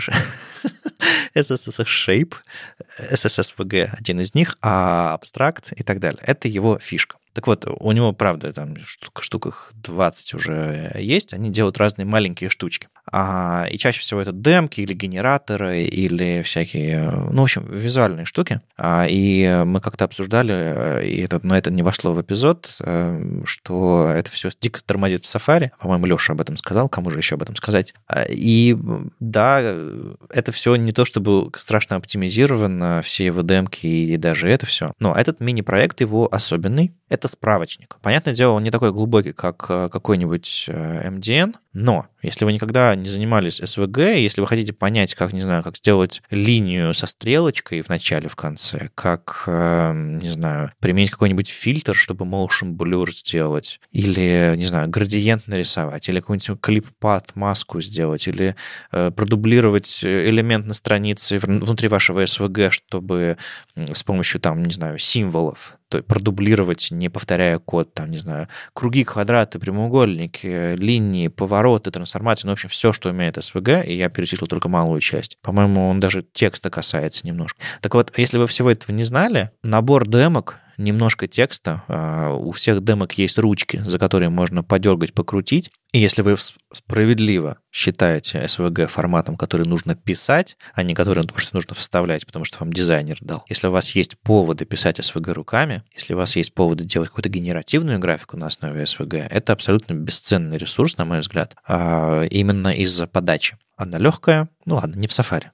SSS Shape, SSSVG один из них, а Abstract и так далее. Это его фишка. Так вот, у него, правда, там штук 20 уже есть, они делают разные маленькие штучки. И чаще всего это демки или генераторы, или всякие, в общем, визуальные штуки. И мы как-то обсуждали, но это не вошло в эпизод, что это все дико тормозит в Safari. По-моему, Леша об этом сказал, кому же еще об этом сказать. И да, это все не то чтобы страшно оптимизировано, все его демки и даже это все. Но этот мини-проект его особенный. Это это справочник. Понятное дело, он не такой глубокий, как какой-нибудь MDN, но если вы никогда не занимались SVG, если вы хотите понять, как, не знаю, как сделать линию со стрелочкой в начале, в конце, как, не знаю, применить какой-нибудь фильтр, чтобы motion blur сделать, или, не знаю, градиент нарисовать, или какой-нибудь клип-пат, маску сделать, или продублировать элемент на странице внутри вашего SVG, чтобы с помощью, там, не знаю, символов продублировать, не повторяя код, там, не знаю, круги, квадраты, прямоугольники, линии, повороты, трансформации, ну, в общем, все, что умеет SVG, и я перечислил только малую часть. По-моему, он даже текста касается немножко. Так вот, если вы всего этого не знали, набор демок, немножко текста, у всех демок есть ручки, за которые можно подергать, покрутить, и если вы справедливо считаете SVG форматом, который нужно писать, а не который просто нужно вставлять, потому что вам дизайнер дал. Если у вас есть поводы писать SVG руками, если у вас есть поводы делать какую-то генеративную графику на основе SVG, это абсолютно бесценный ресурс, на мой взгляд, именно из-за подачи. Она легкая, ну ладно, не в Safari.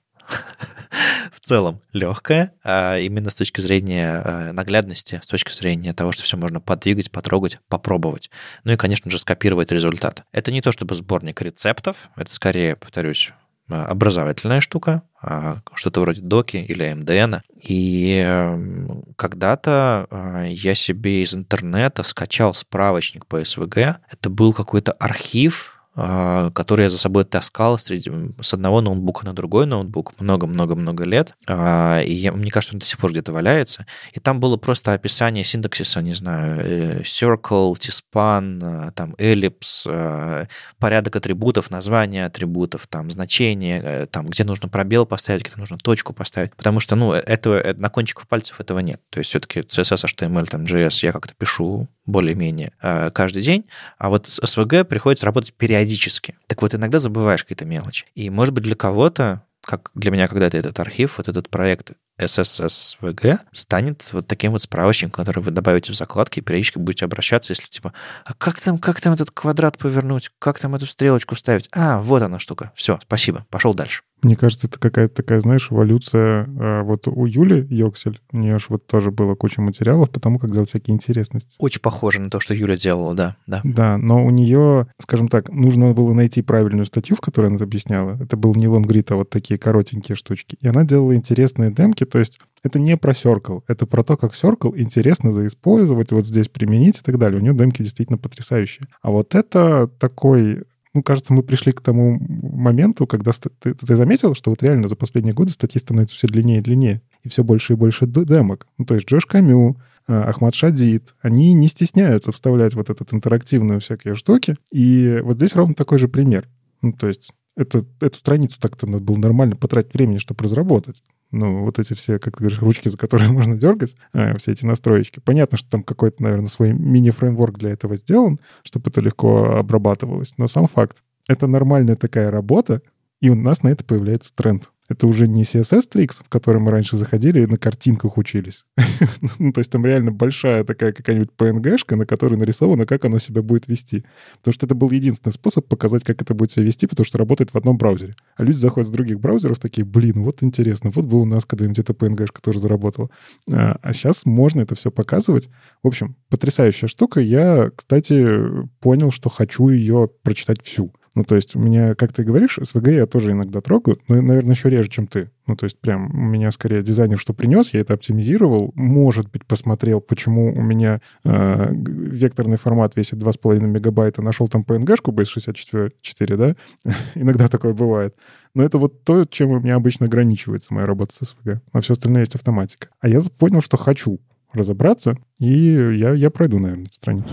В целом легкая, именно с точки зрения наглядности, с точки зрения того, что все можно подвигать, потрогать, попробовать. Ну и, конечно же, скопировать результат. Это не то чтобы сборник рецептов, это скорее, повторюсь, образовательная штука, что-то вроде доки или MDN. И когда-то я себе из интернета скачал справочник по SVG. Это был какой-то архив, который я за собой таскал с одного ноутбука на другой ноутбук много-много-много лет. И мне кажется, он до сих пор где-то валяется. И там было просто описание синтаксиса, не знаю, circle, tspan, там, ellipse, порядок атрибутов, название атрибутов, там, значение, там, где нужно пробел поставить, где нужно точку поставить. Потому что, ну, на кончиках пальцев этого нет. То есть все-таки CSS, HTML, там, JS я как-то пишу более-менее каждый день, а вот с SVG приходится работать периодически. Так вот, иногда забываешь какие-то мелочи. И, может быть, для кого-то, как для меня когда-то этот архив, вот этот проект SSSVG станет вот таким вот справочником, который вы добавите в закладки и периодически будете обращаться, если типа, а как там этот квадрат повернуть, как там эту стрелочку вставить? Вот она штука. Все, спасибо, пошел дальше. Мне кажется, это какая-то такая, знаешь, эволюция. Вот у Юли Йоксель, у нее же вот тоже было куча материалов по тому, как делать всякие интересности. Очень похоже на то, что Юля делала, да. Да, но у нее, скажем так, нужно было найти правильную статью, в которой она это объясняла. Это был не лонгрид, а вот такие коротенькие штучки. И она делала интересные демки, то есть это не про Circle, это про то, как Circle интересно заиспользовать, вот здесь применить и так далее. У нее демки действительно потрясающие. А вот это такой... Ну, кажется, мы пришли к тому моменту, когда ты заметил, что вот реально за последние годы статьи становятся все длиннее и длиннее, и все больше и больше демок. Ну, то есть Джош Камю, Ахмад Шадид, они не стесняются вставлять вот этот интерактивную всякие штуки. И вот здесь ровно такой же пример. Ну, то есть эту страницу так-то надо было нормально потратить времени, чтобы разработать. Ну, вот эти все, как ты говоришь, ручки, за которые можно дергать, все эти настроечки. Понятно, что там какой-то, наверное, свой мини-фреймворк для этого сделан, чтобы это легко обрабатывалось. Но сам факт. Это нормальная такая работа, и у нас на это появляется тренд. Это уже не CSS-трикс, в который мы раньше заходили и на картинках учились. Ну, то есть там реально большая такая какая-нибудь PNG-шка, на которой нарисовано, как оно себя будет вести. Потому что это был единственный способ показать, как это будет себя вести, потому что работает в одном браузере. А люди заходят с других браузеров такие, вот интересно, вот бы у нас когда-нибудь эта PNG-шка тоже заработала. А сейчас можно это все показывать. В общем, потрясающая штука. Я, кстати, понял, что хочу ее прочитать всю. Ну, то есть у меня, как ты говоришь, SVG я тоже иногда трогаю, но, наверное, еще реже, чем ты. Ну, то есть прям у меня скорее дизайнер что принес, я это оптимизировал, может быть, посмотрел, почему у меня векторный формат весит 2,5 мегабайта, нашел там PNG-шку base64, да? Иногда такое бывает. Но это вот то, чем у меня обычно ограничивается моя работа с SVG. А все остальное есть автоматика. А я понял, что хочу разобраться, и я пройду, наверное, эту страницу.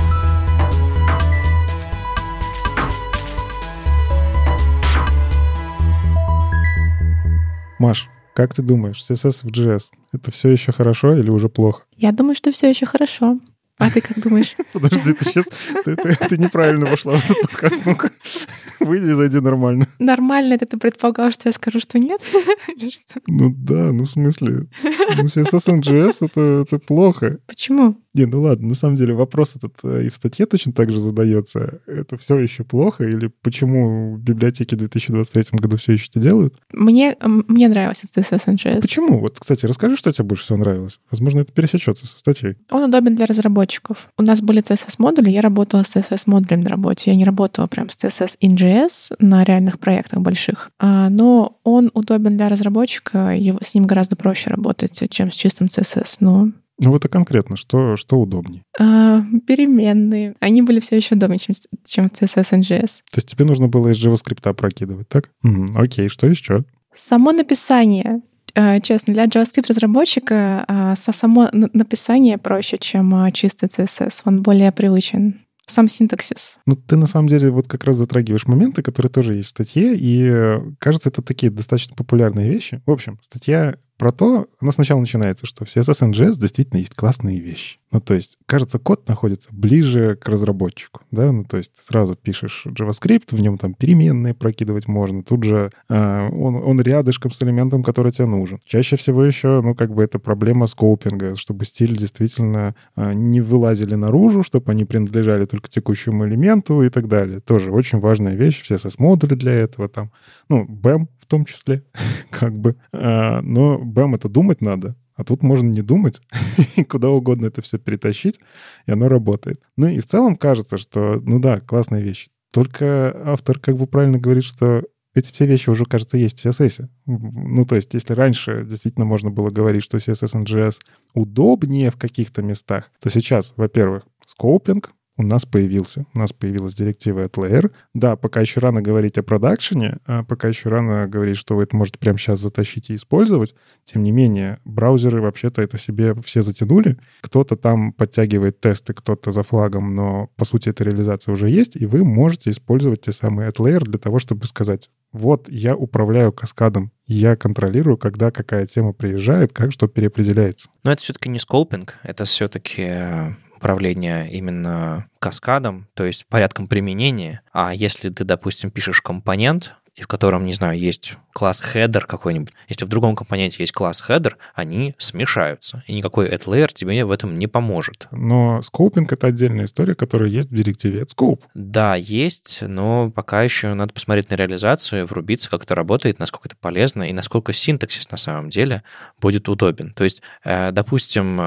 Маш, как ты думаешь, CSS в JS — это все еще хорошо или уже плохо? Я думаю, что все еще хорошо. А ты как думаешь? Подожди, ты сейчас... Ты неправильно вошла в этот подкаст. Ну-ка, выйди и зайди нормально. Нормально? Это ты предполагал, что я скажу, что нет? Ну да, ну в смысле... Ну, CSS NGS это плохо. Почему? Не, ну ладно, на самом деле вопрос этот и в статье точно так же задается. Это все еще плохо? Или почему библиотеки в 2023 году все еще это делают? Мне нравился CSS NGS. Почему? Вот, кстати, расскажи, что тебе больше всего нравилось. Возможно, это пересечется со статьей. Он удобен для разработчиков. У нас были CSS-модули, я работала с CSS-модулями на работе. Я не работала прям с CSS NGS на реальных проектах больших. Но он удобен для разработчика, с ним гораздо проще работать, чем с чистым CSS. Ну вот, а конкретно, что удобнее? Переменные. Они были все еще удобнее, чем CSS NGS. То есть тебе нужно было из JavaScript прокидывать, так? Окей, что еще? Само написание. Честно, для JavaScript-разработчика само написание проще, чем чистый CSS. Он более привычен. Сам синтаксис. Ну, ты на самом деле вот как раз затрагиваешь моменты, которые тоже есть в статье, и кажется, это такие достаточно популярные вещи. В общем, статья про то, она сначала начинается, что в CSS NGS действительно есть классные вещи. Ну, то есть, кажется, код находится ближе к разработчику, да, ну, то есть сразу пишешь JavaScript, в нем там переменные прокидывать можно, тут же он рядышком с элементом, который тебе нужен. Чаще всего еще, это проблема скоупинга, чтобы стиль действительно не вылазили наружу, чтобы они принадлежали только текущему элементу и так далее. Тоже очень важная вещь, CSS-модули для этого там, BEM в том числе, но BEM это думать надо. А тут можно не думать, и куда угодно это все перетащить, и оно работает. Ну и в целом кажется, что, классная вещь. Только автор правильно говорит, что эти все вещи уже, кажется, есть в CSS. То есть если раньше действительно можно было говорить, что CSS NGS удобнее в каких-то местах, то сейчас, во-первых, скоупинг у нас появилась директива ATLAyer. Да, пока еще рано говорить о продакшене, пока еще рано говорить, что вы это можете прямо сейчас затащить и использовать. Тем не менее, браузеры вообще-то это себе все затянули. Кто-то там подтягивает тесты, кто-то за флагом, но по сути эта реализация уже есть, и вы можете использовать те самые ATLAyer для того, чтобы сказать: вот я управляю каскадом, я контролирую, когда какая тема приезжает, как что переопределяется. Но это все-таки не скоупинг, это все-таки управление именно каскадом, то есть порядком применения. А если ты, допустим, пишешь компонент, в котором, не знаю, есть класс header какой-нибудь, если в другом компоненте есть класс header, они смешаются, и никакой ATLAyer тебе в этом не поможет. Но скоупинг — это отдельная история, которая есть в директиве AtScope. Да, есть, но пока еще надо посмотреть на реализацию, врубиться, как это работает, насколько это полезно, и насколько синтаксис на самом деле будет удобен. То есть, допустим,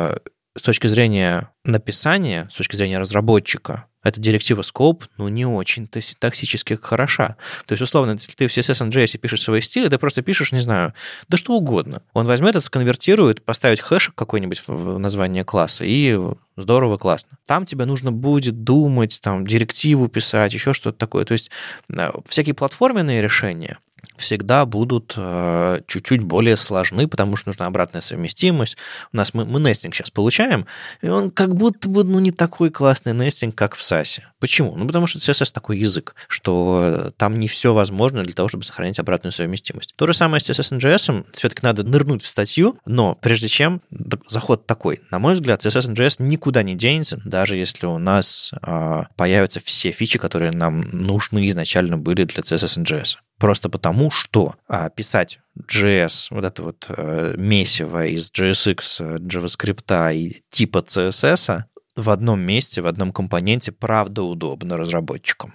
с точки зрения написания, с точки зрения разработчика, эта директива Scope, не очень-то синтаксически хороша. То есть, условно, если ты в CSS NGS пишешь свои стили, ты просто пишешь, не знаю, да что угодно. Он возьмет это, сконвертирует, поставить хэшек какой-нибудь в название класса, и здорово, классно. Там тебе нужно будет думать, там, директиву писать, еще что-то такое. То есть, всякие платформенные решения всегда будут чуть-чуть более сложны, потому что нужна обратная совместимость. У нас мы нестинг сейчас получаем, и он как будто бы не такой классный нестинг, как в SAS. Почему? Потому что CSS такой язык, что там не все возможно для того, чтобы сохранить обратную совместимость. То же самое с CSS NGS. Все-таки надо нырнуть в статью, но прежде чем, заход такой. На мой взгляд, CSS NGS никуда не денется, даже если у нас появятся все фичи, которые нам нужны изначально были для CSS NGS. Просто потому, что писать JS, вот это вот месиво из JSX, JavaScript и типа CSS в одном месте, в одном компоненте, правда удобно разработчикам.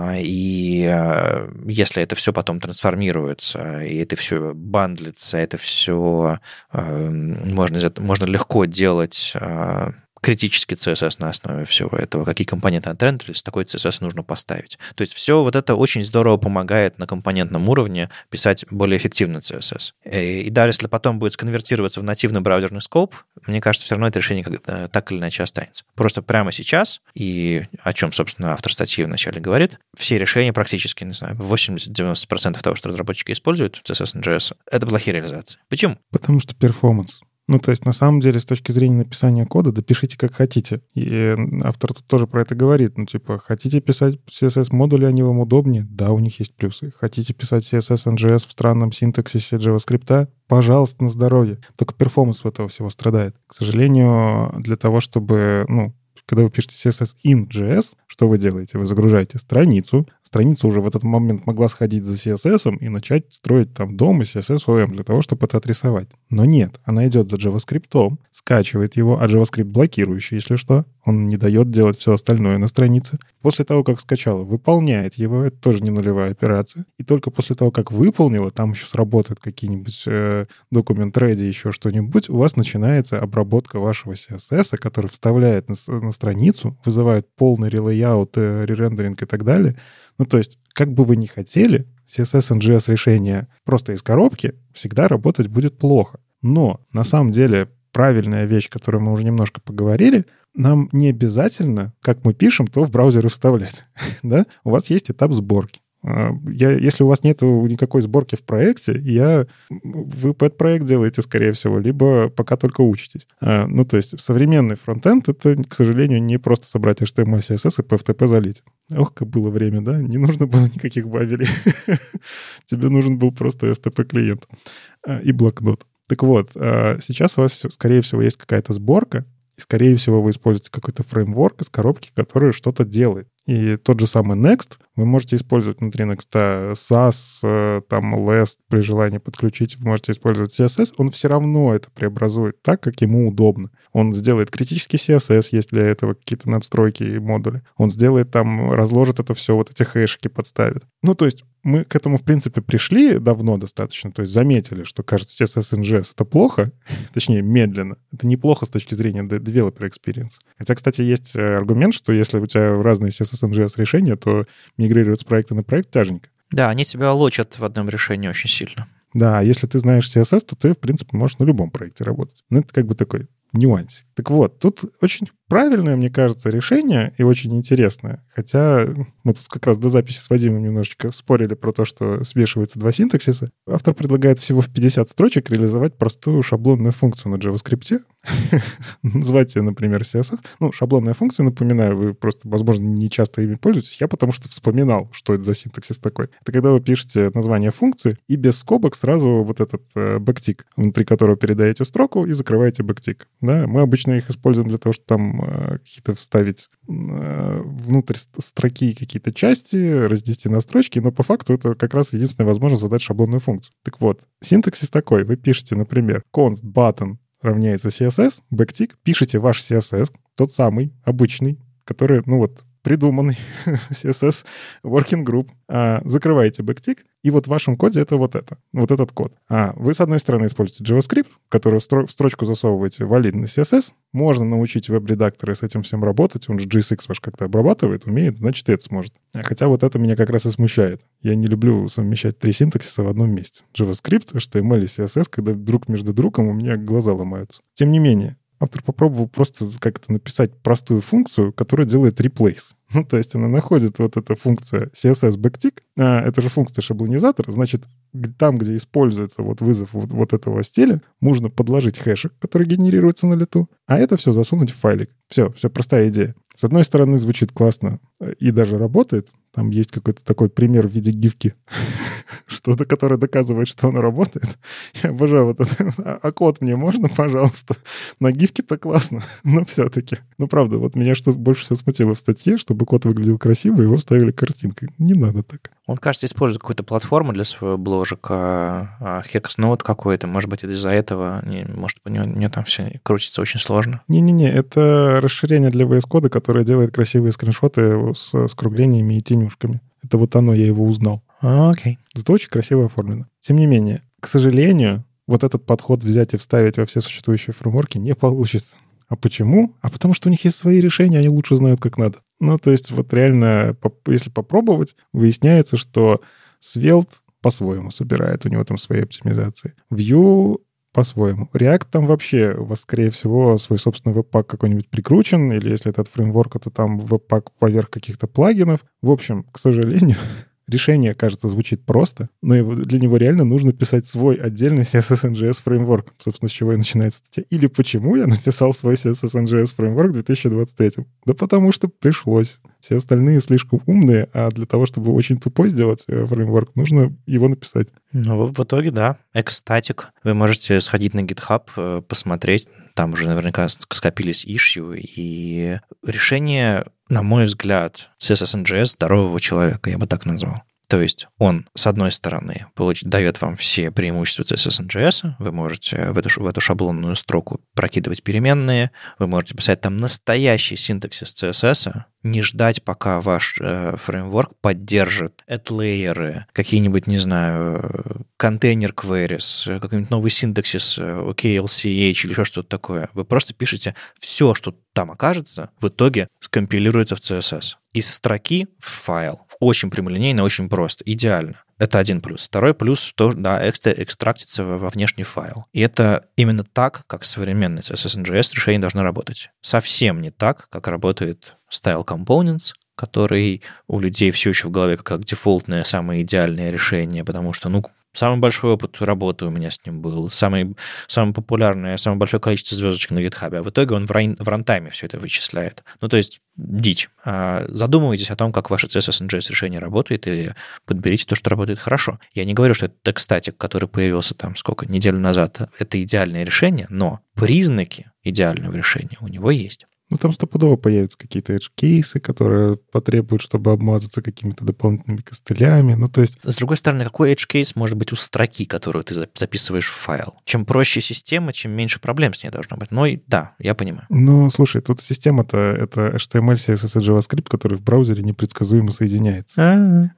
И если это все потом трансформируется, и это все бандлится, это все можно легко делать критический CSS на основе всего этого, какие компоненты отрендерились, такой CSS нужно поставить. То есть все вот это очень здорово помогает на компонентном уровне писать более эффективный CSS. И даже если потом будет сконвертироваться в нативный браузерный скоп, мне кажется, все равно это решение так или иначе останется. Просто прямо сейчас, и о чем, собственно, автор статьи вначале говорит, все решения практически, 80-90% того, что разработчики используют в CSS NGS, это плохие реализации. Почему? Потому что перформанс. То есть, на самом деле, с точки зрения написания кода, да пишите как хотите. И автор тут тоже про это говорит. Хотите писать CSS-модули, они вам удобнее? Да, у них есть плюсы. Хотите писать CSS NGS в странном синтаксисе JavaScript? Пожалуйста, на здоровье. Только перформанс у этого всего страдает. К сожалению, для того, чтобы... Когда вы пишете CSS in JS, что вы делаете? Вы загружаете страницу. страница уже в этот момент могла сходить за CSS и начать строить там дом и CSS OM для того, чтобы это отрисовать. Но нет, она идет за JavaScript, скачивает его, а JavaScript блокирующий, если что. Он не дает делать все остальное на странице. После того, как скачала, выполняет его. Это тоже не нулевая операция. И только после того, как выполнила, там еще сработают какие-нибудь документ ready, еще что-нибудь, у вас начинается обработка вашего CSS, который вставляет на страницу, вызывает полный релейаут, ререндеринг и так далее. Ну, то есть, как бы вы ни хотели, CSS NGS решение просто из коробки всегда работать будет плохо. Но на самом деле правильная вещь, о которой мы уже немножко поговорили, нам не обязательно, как мы пишем, то в браузеры вставлять. Да? У вас есть этап сборки. Если у вас нет никакой сборки в проекте, вы пэт-проект делаете, скорее всего, либо пока только учитесь. Ну, то есть современный фронтенд — это, к сожалению, не просто собрать HTML, CSS и по FTP залить. Ох, как было время, да? Не нужно было никаких бабелей. Тебе нужен был просто FTP-клиент и блокнот. Так вот, сейчас у вас, скорее всего, есть какая-то сборка, и, скорее всего, вы используете какой-то фреймворк из коробки, который что-то делает. И тот же самый Next вы можете использовать внутри Next SAS, там LEST, при желании подключить, вы можете использовать CSS. Он все равно это преобразует так, как ему удобно. Он сделает критический CSS, есть для этого какие-то надстройки и модули. Он сделает там, разложит это все, вот эти хэшики подставит. Ну, то есть мы к этому, в принципе, пришли давно достаточно, то есть заметили, что, кажется, CSS NGS — это плохо, точнее, медленно. Это неплохо с точки зрения developer experience. Хотя, кстати, есть аргумент, что если у тебя разные CSS NGS решения, то мигрировать с проекта на проект тяженько. Да, они тебя лочат в одном решении очень сильно. Да, если ты знаешь CSS, то ты, в принципе, можешь на любом проекте работать. Ну, это как бы такой нюансик. Так вот, тут очень правильное, мне кажется, решение и очень интересное. Хотя мы тут как раз до записи с Вадимом немножечко спорили про то, что смешиваются два синтаксиса. Автор предлагает всего в 50 строчек реализовать простую шаблонную функцию на JavaScript. Назвать ее, например, CSS. Ну, шаблонная функция, напоминаю, вы просто, возможно, не часто ими пользуетесь. Я потому что вспоминал, что это за синтаксис такой. Это когда вы пишете название функции и без скобок сразу вот этот бэктик, внутри которого передаете строку и закрываете бэктик. Да? Мы обычно их используем для того, чтобы там какие-то вставить внутрь строки какие-то части, разнести на строчки, но по факту это как раз единственная возможность задать шаблонную функцию. Так вот, синтаксис такой. Вы пишете, например, const button равняется CSS, бэктик, пишете ваш CSS, тот самый, обычный, который, ну вот, придуманный CSS working group, закрываете бэктик, и вот в вашем коде это вот этот код. Вы, с одной стороны, используете JavaScript, который в строчку засовываете валидный CSS. Можно научить веб-редакторы с этим всем работать. Он же JSX ваш как-то обрабатывает, умеет, значит, и это сможет. Хотя вот это меня как раз и смущает. Я не люблю совмещать 3 синтаксиса в одном месте. JavaScript, HTML и CSS, когда друг между другом у меня глаза ломаются. Тем не менее, автор попробовал просто как-то написать простую функцию, которая делает replace. Ну, то есть она находит вот эта функция CSS backtick, это же функция шаблонизатора, значит, там, где используется вот вызов вот этого стиля, можно подложить хэшик, который генерируется на лету, а это все засунуть в файлик. Все простая идея. С одной стороны, звучит классно и даже работает. Там есть какой-то такой пример в виде гифки, что-то, которое доказывает, что оно работает. Я обожаю вот это. А код мне можно, пожалуйста? На гифке-то классно, но все-таки. Ну, правда, вот меня что больше всего смутило в статье, чтобы код выглядел красиво, его вставили картинкой. Не надо так. Он, кажется, использует какую-то платформу для своего бложика, Hexnode какой-то. Может быть, из-за этого, может, у него там все крутится очень сложно. Не-не-не, это расширение для VS Code, которое делает красивые скриншоты с скруглениями и тенюшками. Это вот оно, я его узнал. Окей. Зато очень красиво оформлено. Тем не менее, к сожалению, вот этот подход взять и вставить во все существующие фреймворки не получится. А почему? А потому что у них есть свои решения, они лучше знают, как надо. Ну, то есть вот реально, если попробовать, выясняется, что Svelte по-своему собирает, у него там свои оптимизации. Vue по-своему. React там вообще у вас, скорее всего, свой собственный веб-пак какой-нибудь прикручен, или если это от фреймворка, то там веб-пак поверх каких-то плагинов. В общем, к сожалению, решение, кажется, звучит просто, но для него реально нужно писать свой отдельный CSS NGS фреймворк. Собственно, с чего и начинается статья. Или почему я написал свой CSS NGS фреймворк в 2023? Да потому что пришлось. Все остальные слишком умные, а для того, чтобы очень тупой сделать фреймворк, нужно его написать. Ну, в итоге, да. Экстатик. Вы можете сходить на GitHub, посмотреть. Там уже наверняка скопились issue. И решение, на мой взгляд, CSS NGS здорового человека, я бы так назвал. То есть он, с одной стороны, дает вам все преимущества CSS NGS, вы можете в эту шаблонную строку прокидывать переменные, вы можете писать там настоящий синтаксис CSS, не ждать, пока ваш фреймворк поддержит add-лейеры, какие-нибудь, не знаю, контейнер queries, какой-нибудь новый синтаксис OKLCH или еще что-то такое. Вы просто пишете все, что там окажется, в итоге скомпилируется в CSS. Из строки в файл. Очень прямолинейно, очень просто. Идеально. Это один плюс. Второй плюс, то, да, экстрактится во внешний файл. И это именно так, как современный CSS NGS решение должно работать. Совсем не так, как работает Style Components, который у людей все еще в голове как дефолтное, самое идеальное решение, потому что, самый большой опыт работы у меня с ним был, самое популярное, самое большое количество звездочек на GitHub, а в итоге он в рантайме все это вычисляет. То есть дичь. Задумывайтесь о том, как ваше CSS NGS решение работает, и подберите то, что работает хорошо. Я не говорю, что это текстатик, который появился неделю назад, это идеальное решение, но признаки идеального решения у него есть. Там стопудово появятся какие-то edge-кейсы, которые потребуют, чтобы обмазаться какими-то дополнительными костылями. С другой стороны, какой edge-кейс может быть у строки, которую ты записываешь в файл? Чем проще система, чем меньше проблем с ней должно быть. Да, я понимаю. Слушай, тут система-то это HTML, CSS и JavaScript, который в браузере непредсказуемо соединяется.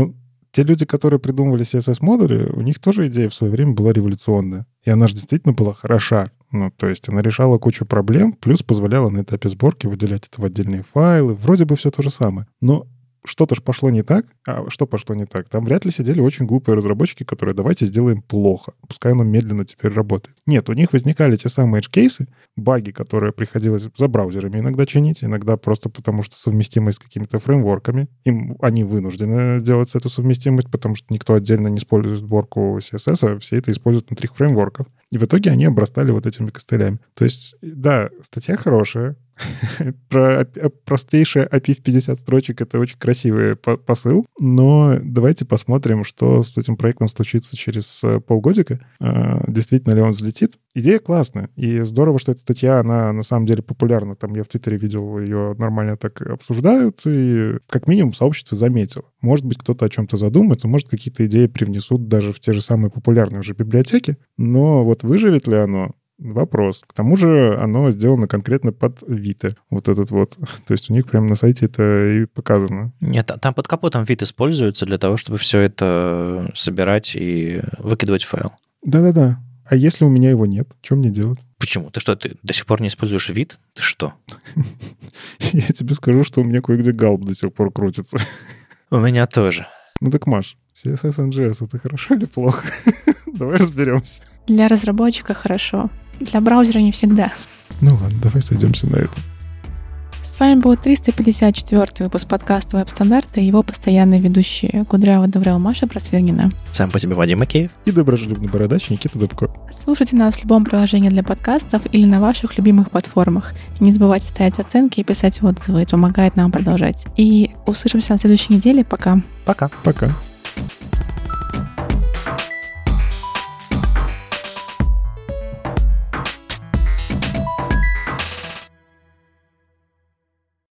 Те люди, которые придумывали CSS-модули, у них тоже идея в свое время была революционная. И она же действительно была хороша. То есть она решала кучу проблем, плюс позволяла на этапе сборки выделять это в отдельные файлы. Вроде бы все то же самое. Но что-то ж пошло не так. А что пошло не так? Там вряд ли сидели очень глупые разработчики, которые давайте сделаем плохо. Пускай оно медленно теперь работает. Нет, у них возникали те самые edge-кейсы, баги, которые приходилось за браузерами иногда чинить, иногда просто потому, что совместимость с какими-то фреймворками. Они вынуждены делать эту совместимость, потому что никто отдельно не использует сборку CSS, а все это используют внутри фреймворков. И в итоге они обрастали вот этими костылями. То есть, да, статья хорошая. Про простейшее API в 50 строчек — это очень красивый посыл, но давайте посмотрим, что с этим проектом случится через полгодика. Действительно ли он взлетит? Идея классная, и здорово, что эта статья, она на самом деле популярна. Там я в Твиттере видел, ее нормально так обсуждают, и как минимум сообщество заметило. Может быть, кто-то о чем-то задумается, может, какие-то идеи привнесут даже в те же самые популярные уже библиотеки, но вот выживет ли оно? Вопрос. К тому же оно сделано конкретно под Vite. Вот этот вот. То есть у них прямо на сайте это и показано. Нет, там под капотом Vite используется для того, чтобы все это собирать и выкидывать в файл. Да-да-да. А если у меня его нет, что мне делать? Почему? Ты до сих пор не используешь Vite? Ты что? Я тебе скажу, что у меня кое-где галп до сих пор крутится. У меня тоже. Так, Маш, CSS NGS — это хорошо или плохо? Давай разберемся. Для разработчика хорошо. Для браузера не всегда. Ладно, давай сойдемся на это. С вами был 354-й выпуск подкаста «Веб-стандарты» и его постоянные ведущие Кудрява Доврел, Маша Просвергина. Сам по себе Вадим Макеев. И доброжелюбный бородач Никита Дубко. Слушайте нас в любом приложении для подкастов или на ваших любимых платформах. Не забывайте ставить оценки и писать отзывы. Это помогает нам продолжать. И услышимся на следующей неделе. Пока. Пока. Пока.